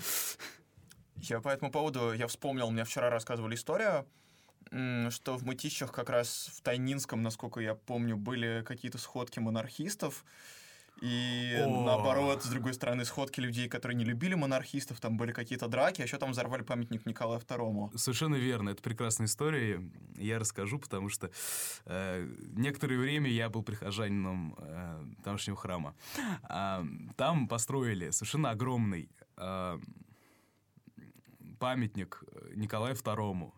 Я по этому поводу, я вспомнил, мне вчера рассказывали историю, что в Мытищах как раз в Тайнинском, насколько я помню, были какие-то сходки монархистов. И наоборот, с другой стороны, сходки людей, которые не любили монархистов, там были какие-то драки, а еще там взорвали памятник Николаю II. Совершенно верно, это прекрасная история. Я расскажу, потому что некоторое время я был прихожанином тамошнего храма. Там построили совершенно огромный памятник Николаю II.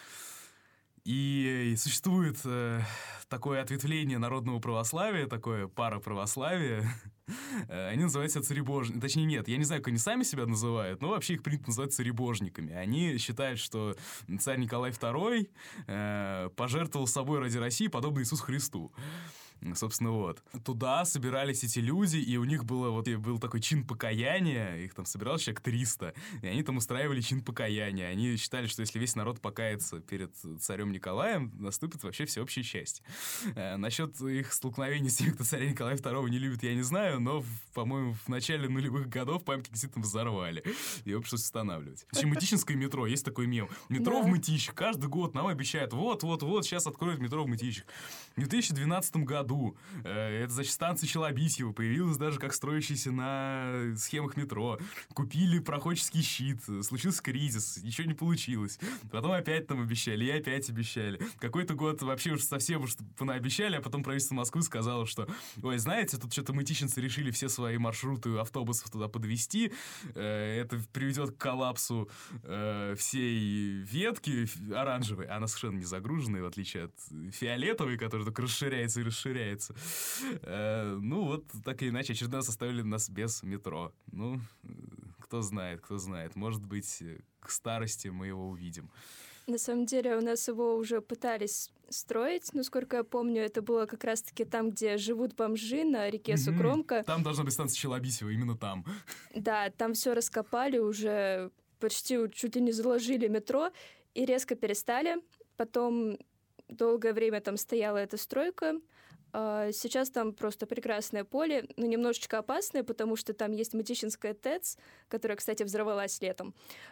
И существует такое ответвление народного православия, такое параправославие. Они называются царебожниками. Точнее, нет, я не знаю, как они сами себя называют, но вообще их принято называть царебожниками. Они считают, что царь Николай II пожертвовал собой ради России, подобно Иисусу Христу. Собственно, вот. Туда собирались эти люди, и у них был такой чин покаяния, их там собиралось человек 300, и они там устраивали чин покаяния. Они считали, что если весь народ покается перед царем Николаем, наступит вообще всеобщее счастье. Насчет их столкновений с теми, кто царя Николая II не любит, я не знаю, но, по-моему, в начале нулевых годов памятник действительно взорвали. Его пришлось устанавливать. В Мытищинское метро, есть такой мем. Метро в Мытищах. Каждый год нам обещают, вот, сейчас откроют метро в Мытищах. В 2012 году это, значит, станция Челобитьево появилась даже как строящаяся на схемах метро. Купили проходческий щит, случился кризис, ничего не получилось. Потом опять там обещали, и опять обещали. Какой-то год вообще уж совсем понаобещали, а потом правительство Москвы сказало, что, ой, знаете, тут что-то мытищинцы решили все свои маршруты автобусов туда подвести, это приведет к коллапсу всей ветки оранжевой, она совершенно не загруженная, в отличие от фиолетовой, которая только расширяется и расширяется. Ну, вот так или иначе, очередной раз оставили нас без метро. Ну, кто знает. Может быть, к старости мы его увидим. На самом деле у нас его уже пытались строить, но, сколько я помню, это было как раз-таки там, где живут бомжи, на реке Сукромка. Там должна быть станция Челобитьево, именно там. Да, там все раскопали, уже почти чуть ли не заложили метро, и резко перестали. Потом долгое время там стояла эта стройка. Сейчас там просто прекрасное поле, но немножечко опасное, потому что там есть Мытищинская ТЭЦ, которая, кстати, взорвалась летом.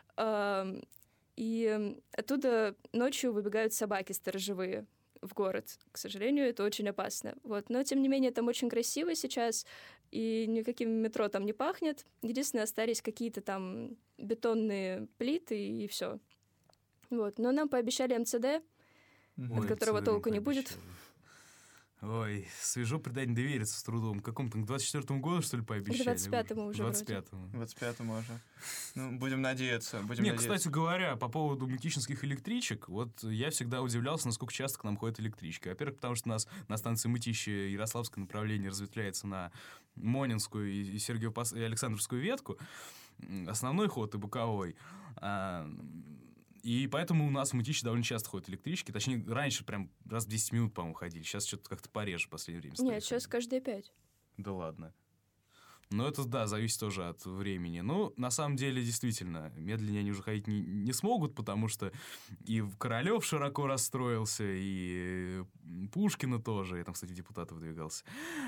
И оттуда ночью выбегают собаки сторожевые в город. К сожалению, это очень опасно. Вот. Но, тем не менее, там очень красиво сейчас, и никаким метро там не пахнет. Единственное, остались какие-то там бетонные плиты, и все. Вот. Но нам пообещали МЦД, от которого толку не будет. Ой, свежо предание довериться с трудом. К какому-то, к 24-му году, что ли, пообещали? К 25-му уже 25-му. 25-му уже. Ну, будем надеяться. Кстати говоря, по поводу мытищинских электричек, вот я всегда удивлялся, насколько часто к нам ходят электрички. Во-первых, потому что у нас на станции Мытищи Ярославское направление разветвляется на Монинскую и и Александровскую ветку. Основной ход и боковой. И поэтому у нас в Мытищи довольно часто ходят электрички. Точнее, раньше прям раз в 10 минут, по-моему, ходили. Сейчас что-то как-то пореже в последнее время стали. Нет, сейчас каждые 5. Да ладно. Но это, да, зависит тоже от времени. Ну, на самом деле, действительно, медленнее они уже ходить не смогут, потому что и Королёв широко расстроился, и Пушкина тоже. Я там, кстати, в депутаты выдвигался.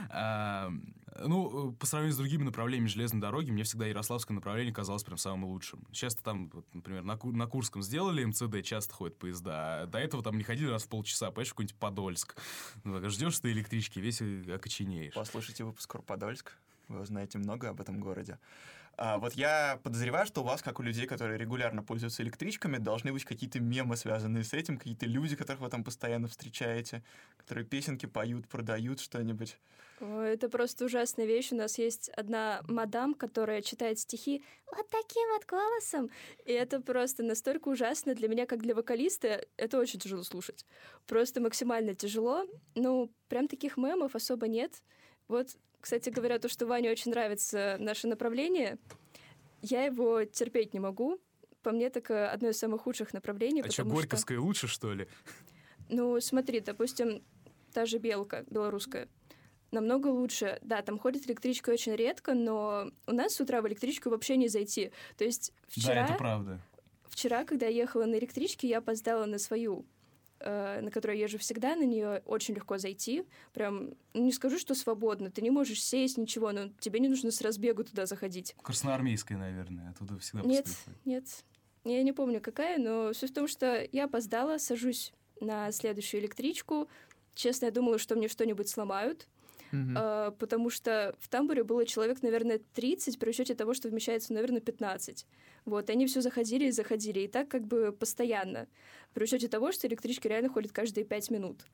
По сравнению с другими направлениями железной дороги, мне всегда Ярославское направление казалось прям самым лучшим. Часто там, вот, например, на Курском сделали МЦД, часто ходят поезда, а до этого там не ходили раз в полчаса, понимаешь, в какой-нибудь Подольск. Ждешь ты электрички, весь окоченеешь. Послушайте выпуск про Подольск. Вы узнаете много об этом городе. Вот я подозреваю, что у вас, как у людей, которые регулярно пользуются электричками, должны быть какие-то мемы, связанные с этим, какие-то люди, которых вы там постоянно встречаете, которые песенки поют, продают что-нибудь. Это просто ужасная вещь. У нас есть одна мадам, которая читает стихи вот таким вот голосом. И это просто настолько ужасно для меня, как для вокалиста. Это очень тяжело слушать. Просто максимально тяжело. Ну, прям таких мемов особо нет. Вот, кстати говоря, то, что Ване очень нравится наше направление, я его терпеть не могу. По мне, так одно из самых худших направлений. А что, Горьковское лучше, что ли? Ну, смотри, допустим, та же Белка, белорусская, намного лучше. Да, там ходит электричка очень редко, но у нас с утра в электричку вообще не зайти. То есть вчера... Да, это правда. Вчера, когда я ехала на электричке, я опоздала на свою, на которой я езжу всегда, на нее очень легко зайти. Прям, не скажу, что свободно, ты не можешь сесть, ничего, но тебе не нужно с разбегу туда заходить. Красноармейская, наверное, оттуда всегда Нет, я не помню какая, но суть в том, что я опоздала, сажусь на следующую электричку. Честно, я думала, что мне что-нибудь сломают, потому что в тамбуре было человек, наверное, 30, при учете того, что вмещается, наверное, 15. Вот, они все заходили, и так как бы постоянно, при учете того, что электрички реально ходят каждые 5 минут.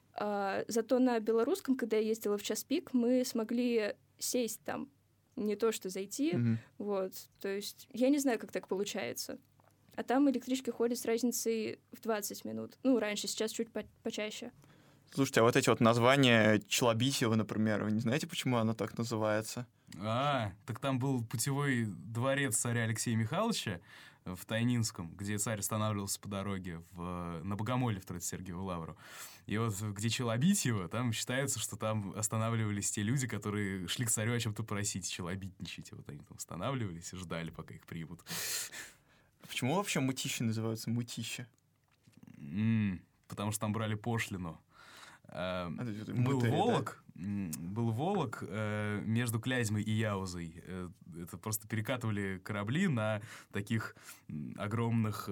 Зато на белорусском, когда я ездила в час пик, мы смогли сесть там, не то что зайти, вот, то есть я не знаю, как так получается. А там электрички ходят с разницей в 20 минут. Ну, раньше, сейчас чуть почаще. Слушайте, а вот эти вот названия Челобитьево, например, вы не знаете, почему оно так называется? Так там был путевой дворец царя Алексея Михайловича в Тайнинском, где царь останавливался по дороге на Богомоле в Троице-Сергиеву лавру. И вот где Челобитьево, там считается, что там останавливались те люди, которые шли к царю о чем-то просить, челобитничать. Вот они там останавливались и ждали, пока их примут. Почему вообще Мытищи называются Мытищи? Потому что там брали пошлину. Был Волок между Клязьмой и Яузой. Это просто перекатывали корабли на таких огромных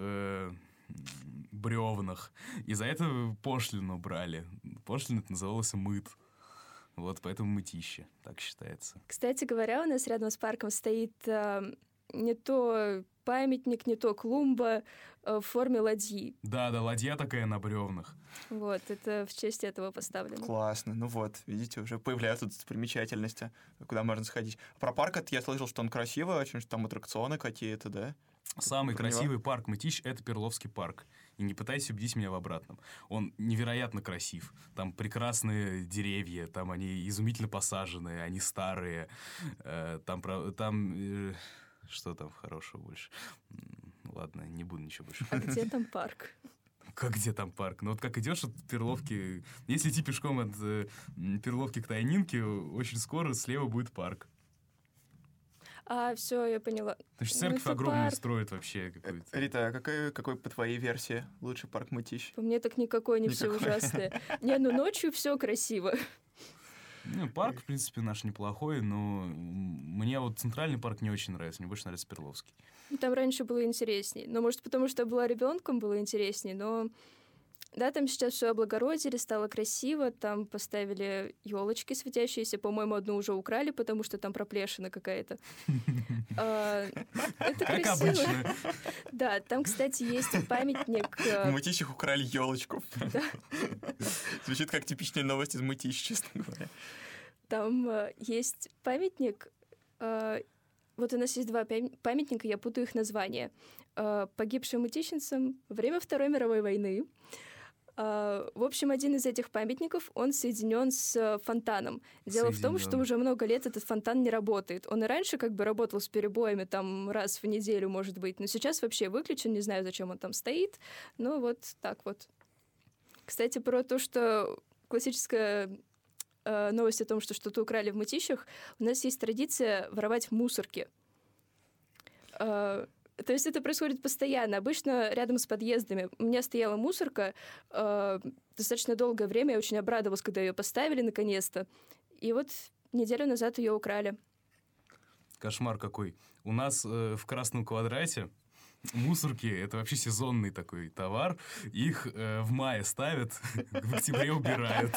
бревнах. И за это пошлину брали. Пошлина это называлась мыт. Вот поэтому Мытищи, так считается. Кстати говоря, у нас рядом с парком стоит не то памятник, не то клумба в форме ладьи. Да, ладья такая на бревнах. Вот, это в честь этого поставлено. Классно. Ну вот, видите, уже появляются достопримечательности, куда можно сходить. Про парк я слышал, что он красивый очень, что там аттракционы какие-то, да? Самый красивый парк Мытищ — это Перловский парк. И не пытайся убедить меня в обратном. Он невероятно красив. Там прекрасные деревья, там они изумительно посаженные, они старые. Что там хорошего больше? ладно, не буду ничего больше. А где там парк? Как где там парк? Ну вот как идешь от Перловки... Если идти пешком от Перловки к Тайнинке, очень скоро слева будет парк. Все, я поняла. Значит, церковь это огромную парк. строят вообще какую-то. Рита, а какой по твоей версии лучший парк Мытищ? По мне так никакой не все Никакой. ужасное. Не, ну ночью все красиво. Ну, парк, в принципе, наш неплохой, но мне вот центральный парк не очень нравится. Мне больше нравится Перловский. Там раньше было интересней. Но, может, потому что я была ребенком, было интересней, но... Да, там сейчас все облагородили, стало красиво, там поставили елочки светящиеся, по-моему, одну уже украли, потому что там проплешина какая-то. Это Как красиво. обычно. Да, там, кстати, есть памятник. В Мытищах украли елочку. Звучит как типичная новость из Мытищ, честно говоря. Там есть памятник. Вот у нас есть два памятника, я путаю их названия. Погибшим мытищенцам во время Второй мировой войны. В общем, один из этих памятников, он соединен с фонтаном. Дело в том, что уже много лет этот фонтан не работает. Он и раньше как бы работал с перебоями, там, раз в неделю, может быть, но сейчас вообще выключен, не знаю, зачем он там стоит. Ну, вот так вот. Кстати, про то, что классическая новость о том, что что-то украли в Мытищах, у нас есть традиция воровать мусорки. То есть это происходит постоянно. Обычно рядом с подъездами. У меня стояла мусорка достаточно долгое время. Я очень обрадовалась, когда ее поставили наконец-то. И вот неделю назад ее украли. Кошмар какой. У нас в Красном квадрате мусорки — это вообще сезонный такой товар. Их в мае ставят, в октябре убирают.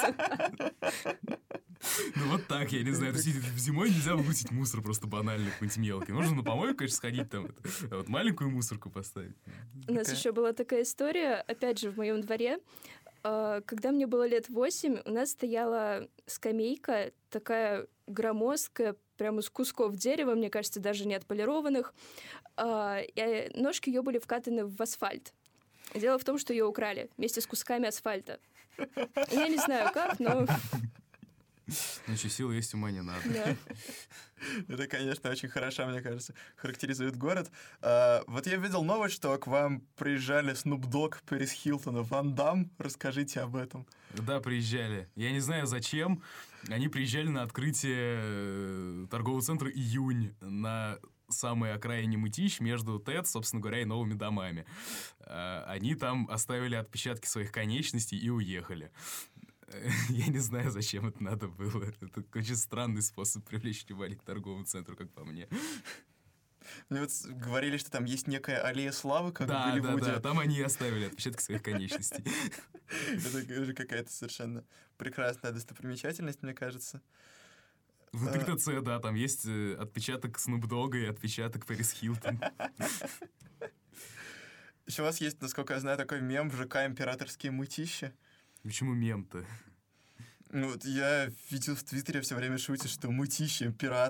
Ну вот так, я не знаю. То есть зимой нельзя выбросить мусор просто банально какой-нибудь мелкий. Нужно на помойку, конечно, сходить там, а вот маленькую мусорку поставить. У нас еще была такая история, опять же, в моем дворе. Когда мне было лет 8, у нас стояла скамейка, такая громоздкая, прямо из кусков дерева, мне кажется, даже не отполированных. И ножки ее были вкатаны в асфальт. Дело в том, что ее украли вместе с кусками асфальта. Я не знаю как, но... Значит, силы есть, ума не надо. Да. Это, конечно, очень хорошо, мне кажется, характеризует город. Вот я видел новость, что к вам приезжали Snoop Dogg, Пэрис Хилтон и Ван Дам. Расскажите об этом. Да, приезжали. Я не знаю, зачем. Они приезжали на открытие торгового центра «Июнь» на самой окраине Мытищ между ТЭЦ, собственно говоря, и новыми домами. Они там оставили отпечатки своих конечностей и уехали. Я не знаю, зачем это надо было. Это очень странный способ привлечь внимание к торговому центру, как по мне. Мне вот говорили, что там есть некая аллея славы, как в Голливуде. Да, там они и оставили отпечатки своих конечностей. Это же какая-то совершенно прекрасная достопримечательность, мне кажется. Внутри ТЦ, да, там есть отпечаток Snoop Dogg и отпечаток Пэрис Хилтон. Еще у вас есть, насколько я знаю, такой мем в ЖК «Императорские мытища». Почему мем-то? Ну, вот я видел в Твиттере все время шутят, что мытищи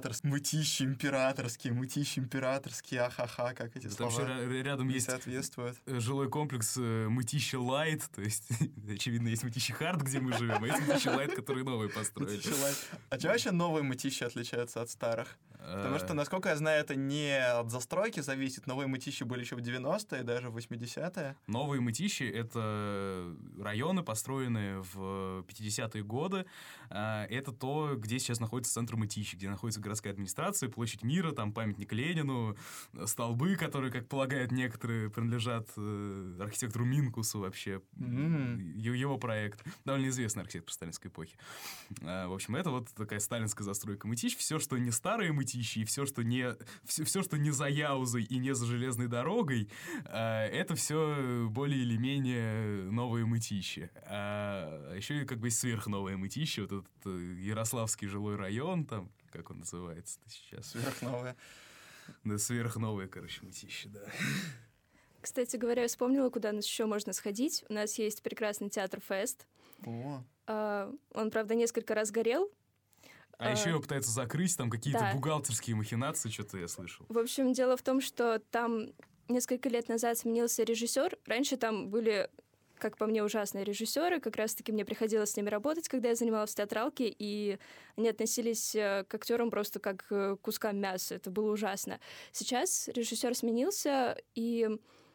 императорские, ахаха, как эти Там слова еще рядом не есть соответствуют. жилой комплекс Мытища Лайт, то есть, очевидно, есть Мытища Хард, где мы живем, а есть Мытища Лайт, которые новые построили. Мытищи Лайт. А чем вообще новые мытищи отличаются от старых? Потому что, насколько я знаю, это не от застройки зависит. Новые мытищи были еще в 90-е, даже в 80-е. Новые мытищи — это районы, построенные в 50-е годы. Это то, где сейчас находится центр Мытищи, где находится городская администрация, площадь Мира, там памятник Ленину, столбы, которые, как полагают некоторые, принадлежат архитектору Минкусу вообще. Его проект. Довольно известный архитектор сталинской эпохи. В общем, это вот такая сталинская застройка Мытищ. Все, что не старые Мытищи, и все, что не за Яузой и не за железной дорогой, это все более или менее новые Мытищи. А еще и как бы сверхновые Мытищи, вот этот Ярославский жилой район, там, как он называется сейчас? Сверхновые. Да, сверхновые, короче, Мытищи, да. Кстати говоря, я вспомнила, куда нас еще можно сходить. У нас есть прекрасный театр «Фест». О. Он, правда, несколько раз горел. А еще его пытаются закрыть, там какие-то бухгалтерские махинации, что-то я слышал. В общем, дело в том, что там несколько лет назад сменился режиссер. Раньше там были, как по мне, ужасные режиссеры. Как раз-таки мне приходилось с ними работать, когда я занималась в театралке, и они относились к актерам просто как к кускам мяса. Это было ужасно. Сейчас режиссер сменился, и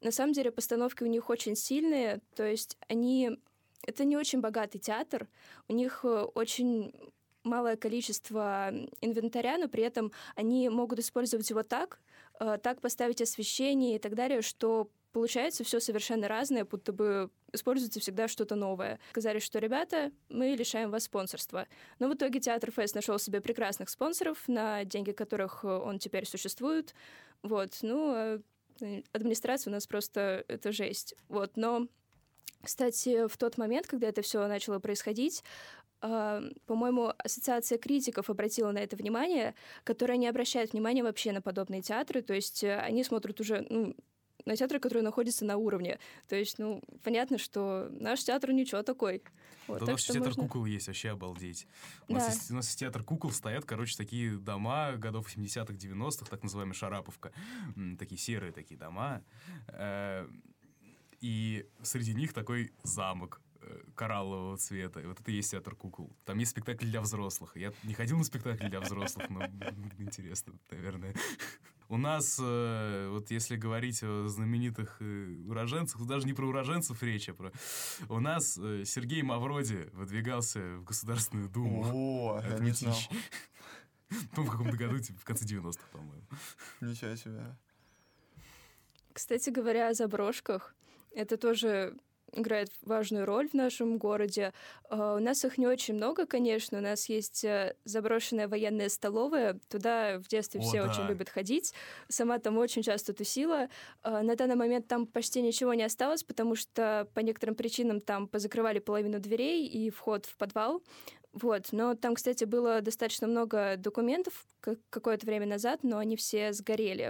на самом деле постановки у них очень сильные, то есть это не очень богатый театр, у них очень малое количество инвентаря, но при этом они могут использовать его так поставить освещение и так далее, что получается все совершенно разное, будто бы используется всегда что-то новое. Сказали, что, ребята, мы лишаем вас спонсорства. Но в итоге Театр Фест нашел себе прекрасных спонсоров, на деньги которых он теперь существует. Вот. Администрация у нас просто это жесть. Вот. Но, кстати, в тот момент, когда это все начало происходить, по-моему, Ассоциация критиков обратила на это внимание, которая не обращает внимания вообще на подобные театры. То есть они смотрят уже на театры, которые находятся на уровне. То есть, понятно, что наш театр ничего такой. Вот, да, у нас театр кукол есть, вообще обалдеть. У нас есть театр кукол, стоят, такие дома годов 80-х, 90-х, так называемая Шараповка. Такие серые такие дома. И среди них такой замок кораллового цвета. И вот это и есть театр кукол. Там есть спектакль для взрослых. Я не ходил на спектакль для взрослых, но интересно, наверное. У нас, вот если говорить о знаменитых уроженцах, даже не про уроженцев речь, а про... У нас Сергей Мавроди выдвигался в Государственную Думу. О, я не знал. В каком-то году, в конце 90-х, по-моему. Ничего себе. Кстати говоря, о заброшках, это тоже играет важную роль в нашем городе. У нас их не очень много, конечно. У нас есть заброшенная военная столовая. Туда в детстве все очень любят ходить. Сама там очень часто тусила. На данный момент там почти ничего не осталось, потому что по некоторым причинам там позакрывали половину дверей и вход в подвал. Вот. Но там, кстати, было достаточно много документов какое-то время назад, но они все сгорели.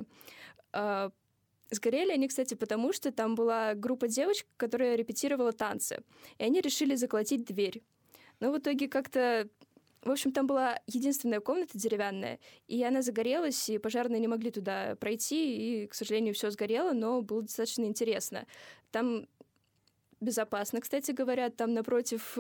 Сгорели они, кстати, потому что там была группа девочек, которая репетировала танцы, и они решили заколотить дверь. Но в итоге как-то... В общем, там была единственная комната деревянная, и она загорелась, и пожарные не могли туда пройти, и, к сожалению, все сгорело, но было достаточно интересно. Там безопасно, кстати говоря, там напротив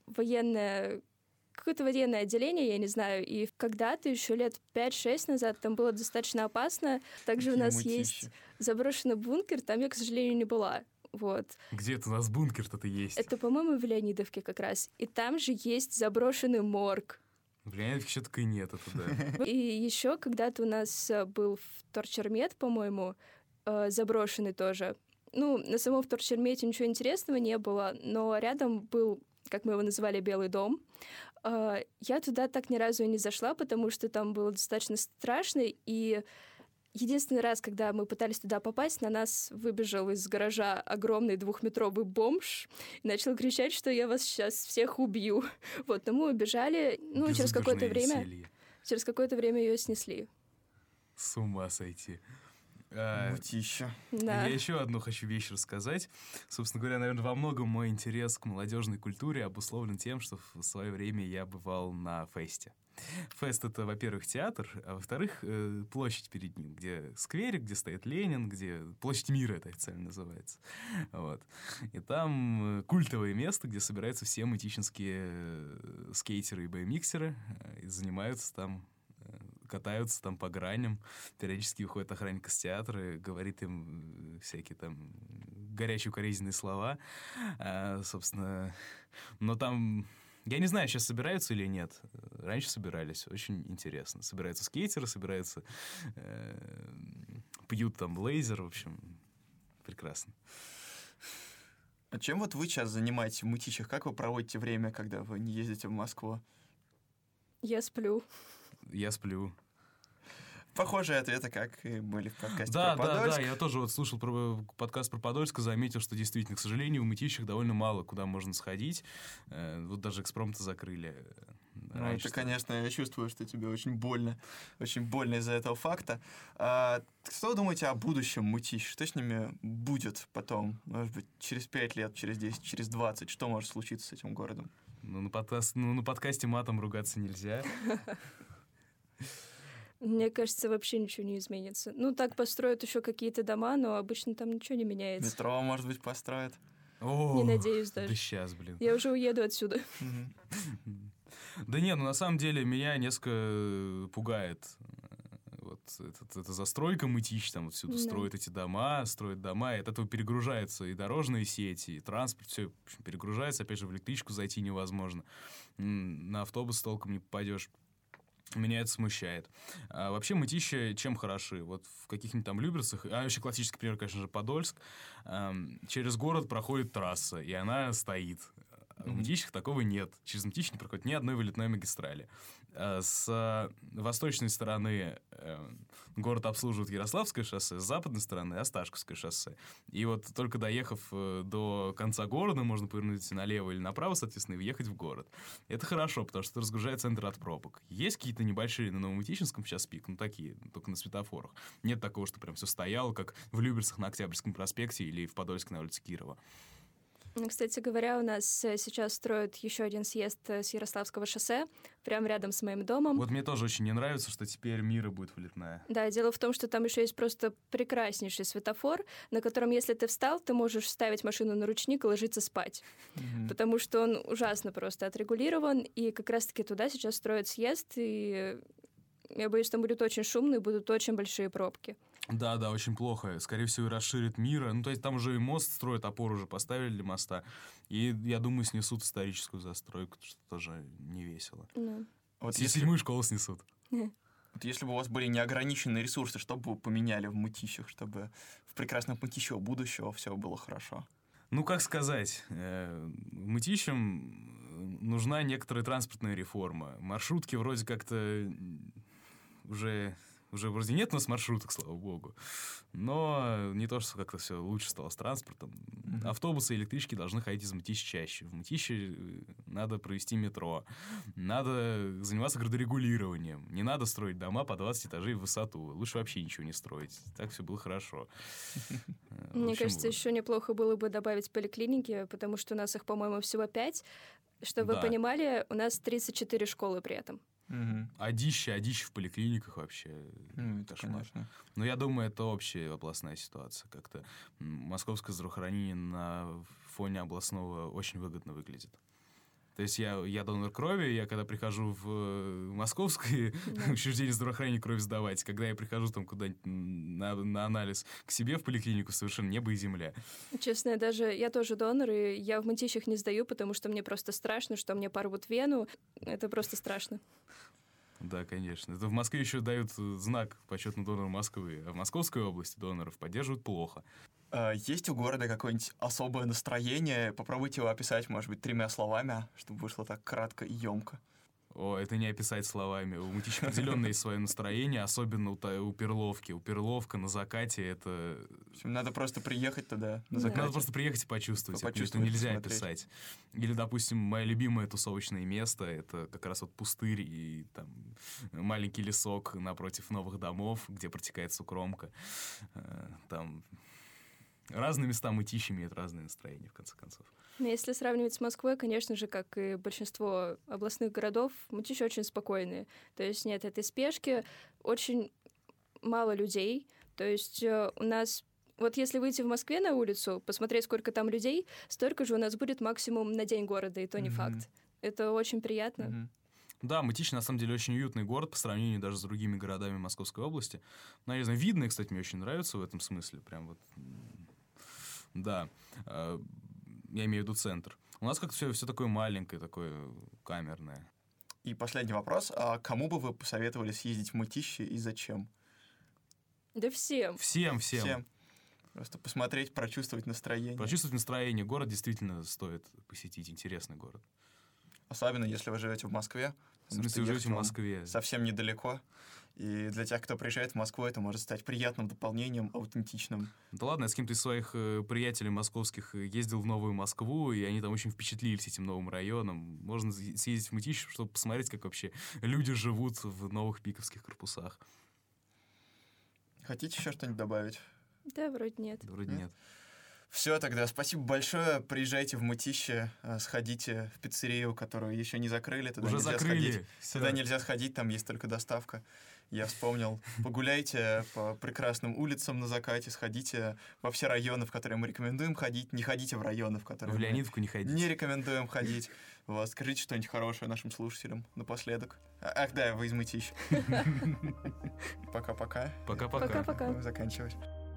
какое-то военное отделение, я не знаю, и когда-то еще лет 5-6 назад там было достаточно опасно. Также у нас есть заброшенный бункер, там я, к сожалению, не была. Вот. Где это у нас бункер-то есть? Это, по-моему, в Леонидовке как раз. И там же есть заброшенный морг. В Леонидовке еще такой нет, это да. И еще когда-то у нас был вторчермет, по-моему, заброшенный тоже. На самом вторчермете ничего интересного не было, но рядом был, как мы его называли, Белый дом. Я туда так ни разу и не зашла, потому что там было достаточно страшно, и единственный раз, когда мы пытались туда попасть, на нас выбежал из гаража огромный 2-метровый бомж и начал кричать, что я вас сейчас всех убью. Вот, но мы убежали, через какое-то время ее снесли. С ума сойти. Мутища. Да. Я еще одну хочу вещь рассказать. Собственно говоря, наверное, во многом мой интерес к молодежной культуре обусловлен тем, что в свое время я бывал на фесте. Фест — это, во-первых, театр, а во-вторых, площадь перед ним, где скверик, где стоит Ленин, где площадь мира это официально называется. Вот. И там культовое место, где собираются все мытищинские скейтеры и BMXеры и занимаются там, катаются там по граням, периодически выходит охранник из театра, говорит им всякие там горячие укоризненные слова, собственно. Но там, я не знаю, сейчас собираются или нет. Раньше собирались, очень интересно. Собираются скейтеры, пьют там блейзер, в общем, прекрасно. А чем вот вы сейчас занимаетесь в Мытищах? Как вы проводите время, когда вы не ездите в Москву? Я сплю. Я сплю. Похожие ответы, как и были в подкасте про Подольск. Да, я тоже вот слушал подкаст про Подольск и заметил, что действительно, к сожалению, в Мытищах довольно мало куда можно сходить. Вот даже экспромт-то закрыли. Это, конечно, я чувствую, что тебе очень больно из-за этого факта. Что вы думаете о будущем Мытищ? Что с ними будет потом? Может быть, через 5 лет, через 10, через 20? Что может случиться с этим городом? На подкасте матом ругаться нельзя. Мне кажется, вообще ничего не изменится. Так построят еще какие-то дома, но обычно там ничего не меняется. Метро, может быть, построят? Не надеюсь даже. Да сейчас, блин. Я уже уеду отсюда. Да не, на самом деле меня несколько пугает вот эта застройка Мытищ, там вот всюду строят эти дома, и от этого перегружаются и дорожные сети, и транспорт, все перегружается, опять же, в электричку зайти невозможно, на автобус толком не попадешь. Меня это смущает. А вообще Мытищи чем хороши? Вот в каких-нибудь там Люберцах, вообще классический пример, конечно же, Подольск, через город проходит трасса, и она стоит. В Мытищах такого нет. Через Мытищи не проходит ни одной вылетной магистрали. С восточной стороны город обслуживает Ярославское шоссе, с западной стороны Осташковское шоссе. И вот только доехав до конца города, можно повернуть налево или направо, соответственно, и въехать в город. Это хорошо, потому что это разгружает центр от пробок. Есть какие-то небольшие на Новомытищинском сейчас пик, такие, только на светофорах. Нет такого, что прям все стояло, как в Люберцах на Октябрьском проспекте или в Подольске на улице Кирова. Кстати говоря, у нас сейчас строят еще один съезд с Ярославского шоссе, прямо рядом с моим домом. Вот мне тоже очень не нравится, что теперь Мира будет вылетная. Да, дело в том, что там еще есть просто прекраснейший светофор, на котором, если ты встал, ты можешь ставить машину на ручник и ложиться спать. Потому что он ужасно просто отрегулирован, и как раз-таки туда сейчас строят съезд, и я боюсь, там будет очень шумно и будут очень большие пробки. Да, очень плохо. Скорее всего, и расширит Мира. То есть там уже и мост строят, опору уже поставили для моста. И, я думаю, снесут историческую застройку, что тоже не весело. Вот если 7-ю школу снесут. Вот если бы у вас были неограниченные ресурсы, что бы вы поменяли в Мытищах, чтобы в прекрасном Мытищево будущего все было хорошо? Как сказать, Мытищам нужна некоторая транспортная реформа. Маршрутки вроде как-то уже вроде нет у нас маршруток, слава богу. Но не то, что как-то все лучше стало с транспортом. Автобусы и электрички должны ходить из Мытищ чаще. В Мытище надо провести метро. Надо заниматься градорегулированием. Не надо строить дома по 20 этажей в высоту. Лучше вообще ничего не строить. Так все было хорошо. Мне кажется, еще неплохо было бы добавить поликлиники, потому что у нас их, по-моему, всего 5. Чтобы вы понимали, у нас 34 школы при этом. Одище в поликлиниках вообще. Это, конечно. Но я думаю, это общая областная ситуация. Как-то московское здравоохранение на фоне областного очень выгодно выглядит. То есть я донор крови, я когда прихожу в московское учреждение здравоохранения крови сдавать, когда я прихожу там куда-нибудь на анализ к себе в поликлинику, совершенно небо и земля. Честно, я тоже донор, и я в Мытищах не сдаю, потому что мне просто страшно, что мне порвут вену. Это просто страшно. Да, конечно. Это в Москве еще дают знак почетный донор Москвы, а в Московской области доноров поддерживают плохо. Есть у города какое-нибудь особое настроение? Попробуйте его описать, может быть, 3 словами, чтобы вышло так кратко и емко. Это не описать словами. У Мытища определенно есть свое настроение, особенно у Перловки. У Перловка на закате это... Надо просто приехать туда на закате. Надо просто приехать и почувствовать. Это нельзя описать. Или, допустим, мое любимое тусовочное место — это как раз вот пустырь и там маленький лесок напротив новых домов, где протекает Сукромка. Там... Разные места Мытищи имеют разные настроения, в конце концов. Но если сравнивать с Москвой, конечно же, как и большинство областных городов, Мытищи очень спокойные. То есть нет этой спешки, очень мало людей. То есть у нас... Вот если выйти в Москве на улицу, посмотреть, сколько там людей, столько же у нас будет максимум на день города, и то не факт. Это очень приятно. Да, Мытищи, на самом деле, очень уютный город по сравнению даже с другими городами Московской области. Я знаю, Видное, кстати, мне очень нравится в этом смысле. Прям вот... Да, я имею в виду центр. У нас как-то все такое маленькое, такое камерное. И последний вопрос. А кому бы вы посоветовали съездить в Мытищи и зачем? Да всем. Всем. Просто посмотреть, прочувствовать настроение. Прочувствовать настроение. Город действительно стоит посетить. Интересный город. Особенно, если вы живете в Москве. Если вы живете в Москве. Совсем недалеко. И для тех, кто приезжает в Москву, это может стать приятным дополнением, аутентичным. Да ладно, я с кем-то из своих приятелей московских ездил в Новую Москву, и они там очень впечатлились этим новым районом. Можно съездить в Мытищи, чтобы посмотреть, как вообще люди живут в новых пиковских корпусах. Хотите еще что-нибудь добавить? Да, вроде нет. Вроде нет. Все тогда. Спасибо большое. Приезжайте в Мытище, сходите в пиццерию, которую еще не закрыли. Туда Уже нельзя закрыли. сходить. Туда нельзя сходить, там есть только доставка. Я вспомнил. Погуляйте по прекрасным улицам на закате, сходите во все районы, в которые мы рекомендуем ходить. Не ходите в районы, в которые В Леонидовку не ходите. не рекомендуем ходить. Вот, скажите что-нибудь хорошее нашим слушателям напоследок. Ах да, вы из Мытища. Пока-пока. Пока-пока. Пока-пока. Будем заканчивать.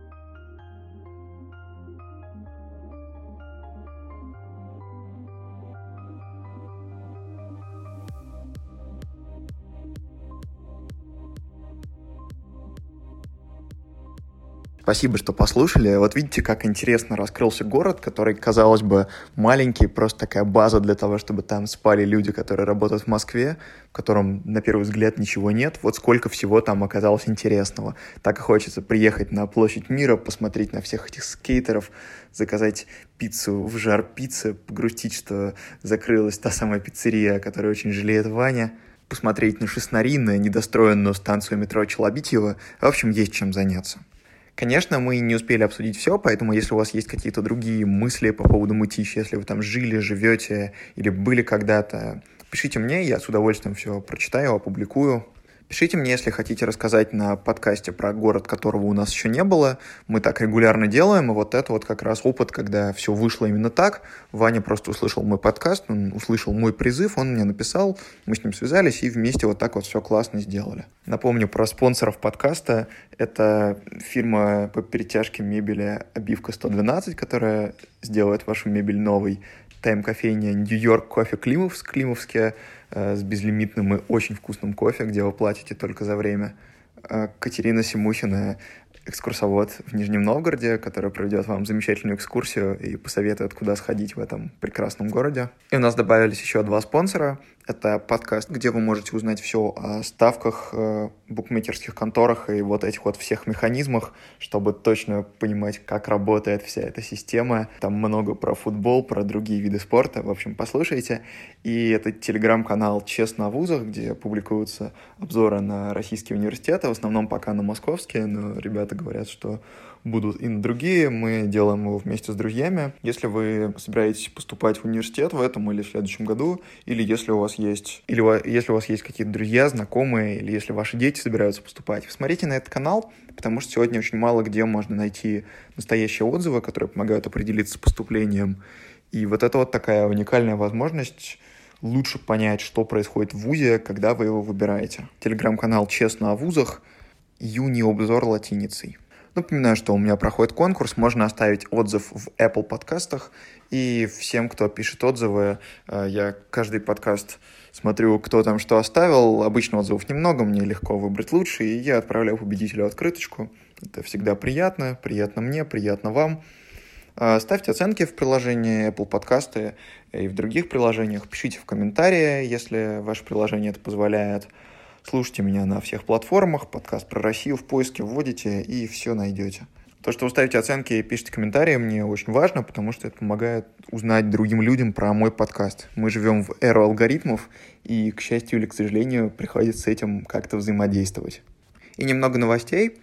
Спасибо, что послушали. Вот видите, как интересно раскрылся город, который, казалось бы, маленький, просто такая база для того, чтобы там спали люди, которые работают в Москве, в котором, на первый взгляд, ничего нет. Вот сколько всего там оказалось интересного. Так и хочется приехать на Площадь Мира, посмотреть на всех этих скейтеров, заказать пиццу в Жар Пицце, погрустить, что закрылась та самая пиццерия, которую очень жалеет Ваня, посмотреть на Шестнари, на недостроенную станцию метро Челобитьево. В общем, есть чем заняться. Конечно, мы не успели обсудить все, поэтому если у вас есть какие-то другие мысли по поводу Мытища, если вы там жили, живете или были когда-то, пишите мне, я с удовольствием все прочитаю, опубликую. Пишите мне, если хотите рассказать на подкасте про город, которого у нас еще не было. Мы так регулярно делаем, и вот это вот как раз опыт, когда все вышло именно так. Ваня просто услышал мой подкаст, он услышал мой призыв, он мне написал, мы с ним связались и вместе вот так вот все классно сделали. Напомню про спонсоров подкаста. Это фирма по перетяжке мебели «Обивка 112», которая сделает вашу мебель новой. Тайм-кофейня «Нью-Йорк Кофе Климовске» с безлимитным и очень вкусным кофе, где вы платите только за время. Катерина Симухина, экскурсовод в Нижнем Новгороде, которая проведет вам замечательную экскурсию и посоветует, куда сходить в этом прекрасном городе. И у нас добавились еще 2 спонсора. Это подкаст, где вы можете узнать все о ставках, букмекерских конторах и вот этих вот всех механизмах, чтобы точно понимать, как работает вся эта система. Там много про футбол, про другие виды спорта. В общем, послушайте. И это телеграм-канал «Честно о вузах», где публикуются обзоры на российские университеты, в основном пока на московские, но ребята говорят, что будут и на другие. Мы делаем его вместе с друзьями. Если вы собираетесь поступать в университет в этом или в следующем году, или если у вас есть какие-то друзья, знакомые, или если ваши дети собираются поступать, смотрите на этот канал, потому что сегодня очень мало где можно найти настоящие отзывы, которые помогают определиться с поступлением. И вот это вот такая уникальная возможность лучше понять, что происходит в вузе, когда вы его выбираете. Телеграм-канал «Честно о вузах», юни-обзор латиницей. Напоминаю, что у меня проходит конкурс, можно оставить отзыв в Apple подкастах, и всем, кто пишет отзывы, я каждый подкаст смотрю, кто там что оставил, обычно отзывов немного, мне легко выбрать лучший, и я отправляю победителю открыточку. Это всегда приятно мне, приятно вам. Ставьте оценки в приложении Apple подкасты и в других приложениях, пишите в комментарии, если ваше приложение это позволяет. Слушайте меня на всех платформах, подкаст про Россию в поиске вводите и все найдете. То, что вы ставите оценки и пишете комментарии, мне очень важно, потому что это помогает узнать другим людям про мой подкаст. Мы живем в эру алгоритмов, и, к счастью или к сожалению, приходится с этим как-то взаимодействовать. И немного новостей.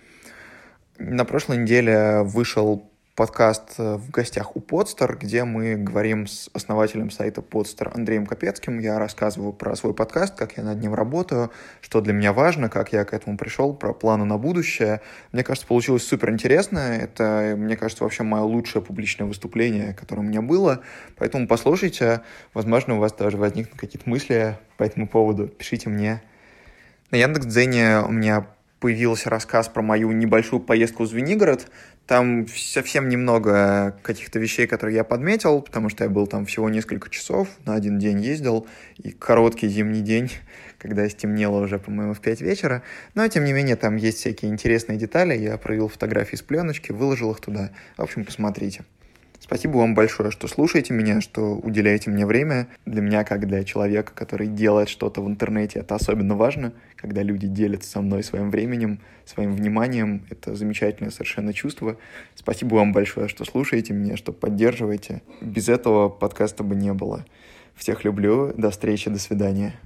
На прошлой неделе вышел подкаст «В гостях у Podster», где мы говорим с основателем сайта Podster Андреем Капецким. Я рассказываю про свой подкаст, как я над ним работаю, что для меня важно, как я к этому пришел, про планы на будущее. Мне кажется, получилось супер интересно. Это, мне кажется, вообще мое лучшее публичное выступление, которое у меня было. Поэтому послушайте. Возможно, у вас даже возникнут какие-то мысли по этому поводу. Пишите мне. На Яндекс.Дзене у меня появился рассказ про мою небольшую поездку в Звенигород. Там совсем немного каких-то вещей, которые я подметил, потому что я был там всего несколько часов, на один день ездил, и короткий зимний день, когда стемнело уже, по-моему, в 5 вечера. Но, тем не менее, там есть всякие интересные детали. Я провел фотографии с пленочки, выложил их туда. В общем, посмотрите. Спасибо вам большое, что слушаете меня, что уделяете мне время. Для меня, как для человека, который делает что-то в интернете, это особенно важно, когда люди делятся со мной своим временем, своим вниманием. Это замечательное совершенно чувство. Спасибо вам большое, что слушаете меня, что поддерживаете. Без этого подкаста бы не было. Всех люблю. До встречи, до свидания.